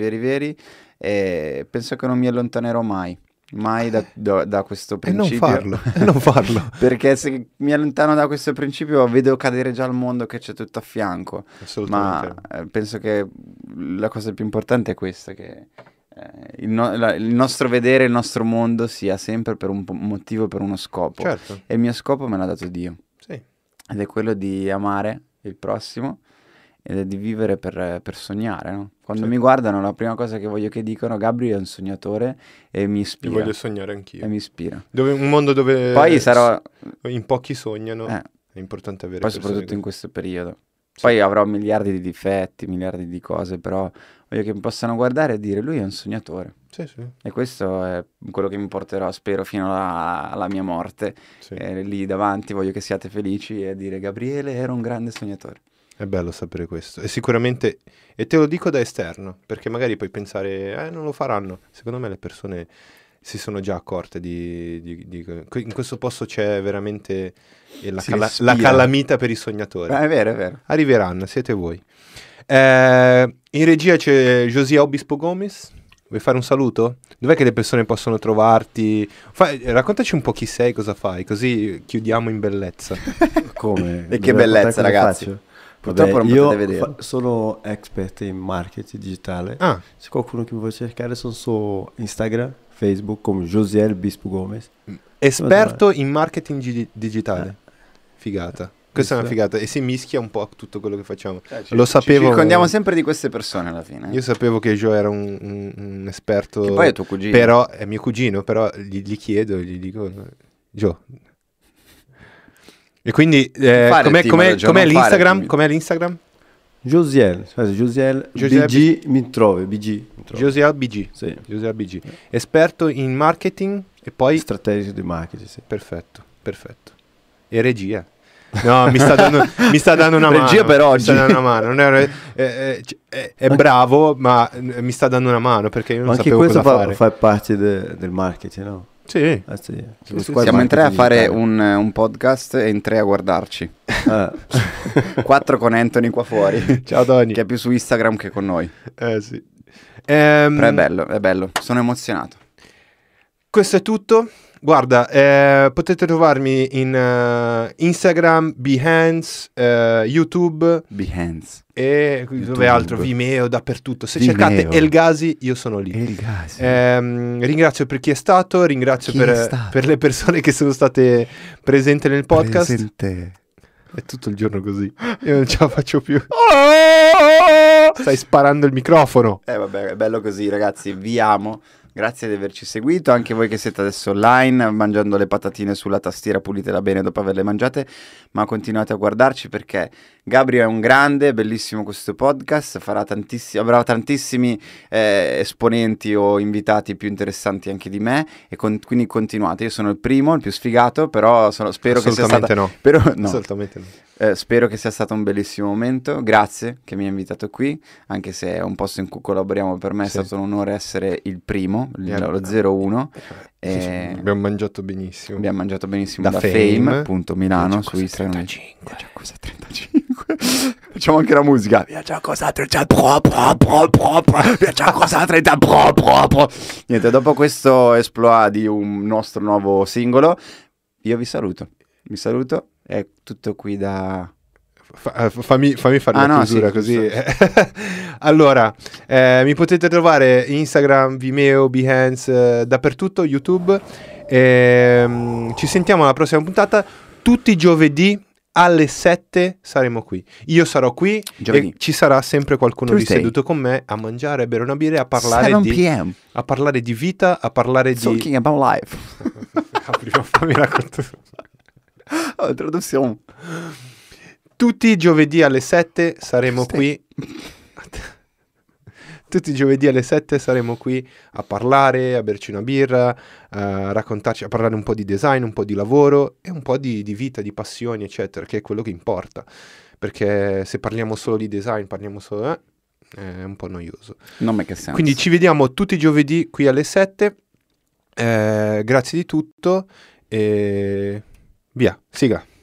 B: e penso che non mi allontanerò mai da questo principio.
A: E non farlo.
B: Perché se mi allontano da questo principio vedo cadere già il mondo che c'è tutto a fianco.
A: Assolutamente.
B: Ma penso che la cosa più importante è questa, che il nostro vedere, il nostro mondo sia sempre per un motivo, per uno scopo.
A: Certo.
B: E il mio scopo me l'ha dato Dio.
A: Sì.
B: Ed è quello di amare il prossimo ed è di vivere per sognare, no? Quando mi guardano, la prima cosa che voglio che dicano: Gabri è un sognatore, e mi ispira.
A: Io voglio sognare anch'io.
B: E mi ispira.
A: Un mondo dove
B: poi sarò
A: in pochi sognano. È importante avere
B: poi soprattutto in questo periodo. Poi avrò miliardi di difetti, miliardi di cose, però voglio che mi possano guardare e dire lui è un sognatore.
A: Sì, sì,
B: E questo è quello che mi porterò, spero, fino alla mia morte.
A: sì.
B: Lì davanti voglio che siate felici e dire Gabriele era un grande sognatore.
A: È bello sapere questo. E sicuramente, e te lo dico da esterno, perché magari puoi pensare, non lo faranno. Secondo me le persone si sono già accorte in questo posto c'è veramente la
B: Si respira.
A: la calamita per i sognatori.
B: È vero, è vero.
A: Arriveranno, siete voi. In regia c'è Josia Obispo Gomez. Vuoi fare un saluto? Dov'è che le persone possono trovarti? Raccontaci un po' chi sei, cosa fai, così chiudiamo in bellezza.
C: Come?
B: E che
C: Dove
B: bellezza,
C: cosa
B: ragazzi.
C: faccio?
B: Purtroppo
C: Vabbè,
B: non
C: io
B: potete vedere.
C: sono expert in marketing digitale.
A: Ah,
C: Se qualcuno che mi vuole cercare sono su Instagram, Facebook come Josiel Bispo Gomez.
A: esperto in marketing digitale. Figata. Questa è una
C: Visto?
A: figata e si mischia un po' a tutto quello che facciamo.
B: Lo
A: sapevo.
B: Ci circondiamo sempre di queste persone alla fine.
A: Io sapevo che Joe era un esperto.
B: Che poi è tuo cugino.
A: Però è mio cugino, però gli chiedo, gli dico Joe. E quindi
B: fare il timido, Joe,
A: com'è
B: non fare il
A: l'Instagram?
B: timido.
A: Com'è l'Instagram?
C: Josiel, Josiel
A: Josiel
C: BG mi trovi, BG. mi trovi.
A: Josia BG.
C: Sì.
A: Josia BG. Esperto in marketing e poi
C: Strategie di marketing, sì.
A: perfetto, perfetto. E regia. No, mi sta dando una mano.
B: Regia per
A: Mi
B: oggi.
A: sta dando una mano. Non è bravo, ma mi sta dando una mano perché io non
C: Ma anche
A: sapevo
C: questo
A: cosa fare.
C: fa parte del marketing, no?
A: Sì.
C: Ah, sì.
A: sì,
C: Qua è
B: Siamo in tre a
C: marketing
B: fare
C: digitale.
B: un podcast e in tre a guardarci.
C: Ah.
B: 4 con Anthony qua fuori.
A: Ciao Tony.
B: Che è più su Instagram che con noi.
A: Sì.
B: Però è bello, è bello. Sono emozionato.
A: Questo è tutto. Guarda, potete trovarmi in Instagram, Behance, YouTube
B: Behance.
A: e dove altro, Vimeo, dappertutto. Se
B: Vimeo.
A: cercate Elgasi, io sono lì.
B: Elgasi.
A: Ringrazio per chi è stato, ringrazio
B: Chi è
A: per,
B: stato?
A: per le persone che sono state presenti nel podcast.
B: Presente.
A: È tutto il giorno così. Io non ce la faccio più. Stai sparando il microfono.
B: Vabbè, è bello così, ragazzi. Vi amo. Grazie di averci seguito, anche voi che siete adesso online, mangiando le patatine sulla tastiera, pulitela bene dopo averle mangiate, ma continuate a guardarci perché Gabri è un grande, bellissimo questo podcast, avrà tantissimi esponenti o invitati più interessanti anche di me, e quindi continuate. Io sono il primo, il più sfigato, però spero che sia
A: Assolutamente
B: stata...
A: no.
B: Però, no.
A: Assolutamente no.
B: Spero che sia stato un bellissimo momento. Grazie che mi hai invitato qui, anche se è un posto in cui collaboriamo. Per me
A: Sì.
B: è stato un onore essere il primo,
A: Yeah.
B: lo 01.
A: Sì, sì, abbiamo mangiato benissimo.
B: Abbiamo mangiato benissimo
A: Da
B: da
A: Fame.
B: Fame.Milano su
A: Viaggia
B: Instagram.
A: 35.
B: Viaggia cosa 35. Facciamo anche la musica. Viaggia cosa 35. Viaggia cosa 35. Niente, dopo questo exploit di un nostro nuovo singolo, io vi saluto. Vi saluto. È tutto qui da...
A: Fammi fare la
B: no,
A: chiusura
B: sì,
A: così.
B: giusto.
A: Allora, mi potete trovare Instagram, Vimeo, Behance, dappertutto, YouTube. Ci sentiamo alla prossima puntata. Tutti i giovedì alle 7 saremo qui. Io sarò qui
B: Giovedì.
A: e ci sarà sempre qualcuno lì
B: Tuesday.
A: seduto con me a mangiare, a bere una birra e a parlare
B: 7
A: di
B: p.m.
A: a parlare di vita, a parlare di
B: Talking about life.
A: Prima fammi raccontare.
B: Oh, traduzione.
A: Tutti i giovedì alle 7 saremo qui. Tutti i giovedì alle 7 saremo qui a parlare, a berci una birra, a raccontarci, a parlare un po' di design, un po' di lavoro e un po' di vita, di passioni, eccetera, che è quello che importa. Perché se parliamo solo di design, parliamo solo... è un po' noioso.
B: Non make sense.
A: Quindi ci vediamo tutti i giovedì qui alle 7. Grazie di tutto e via, sigla.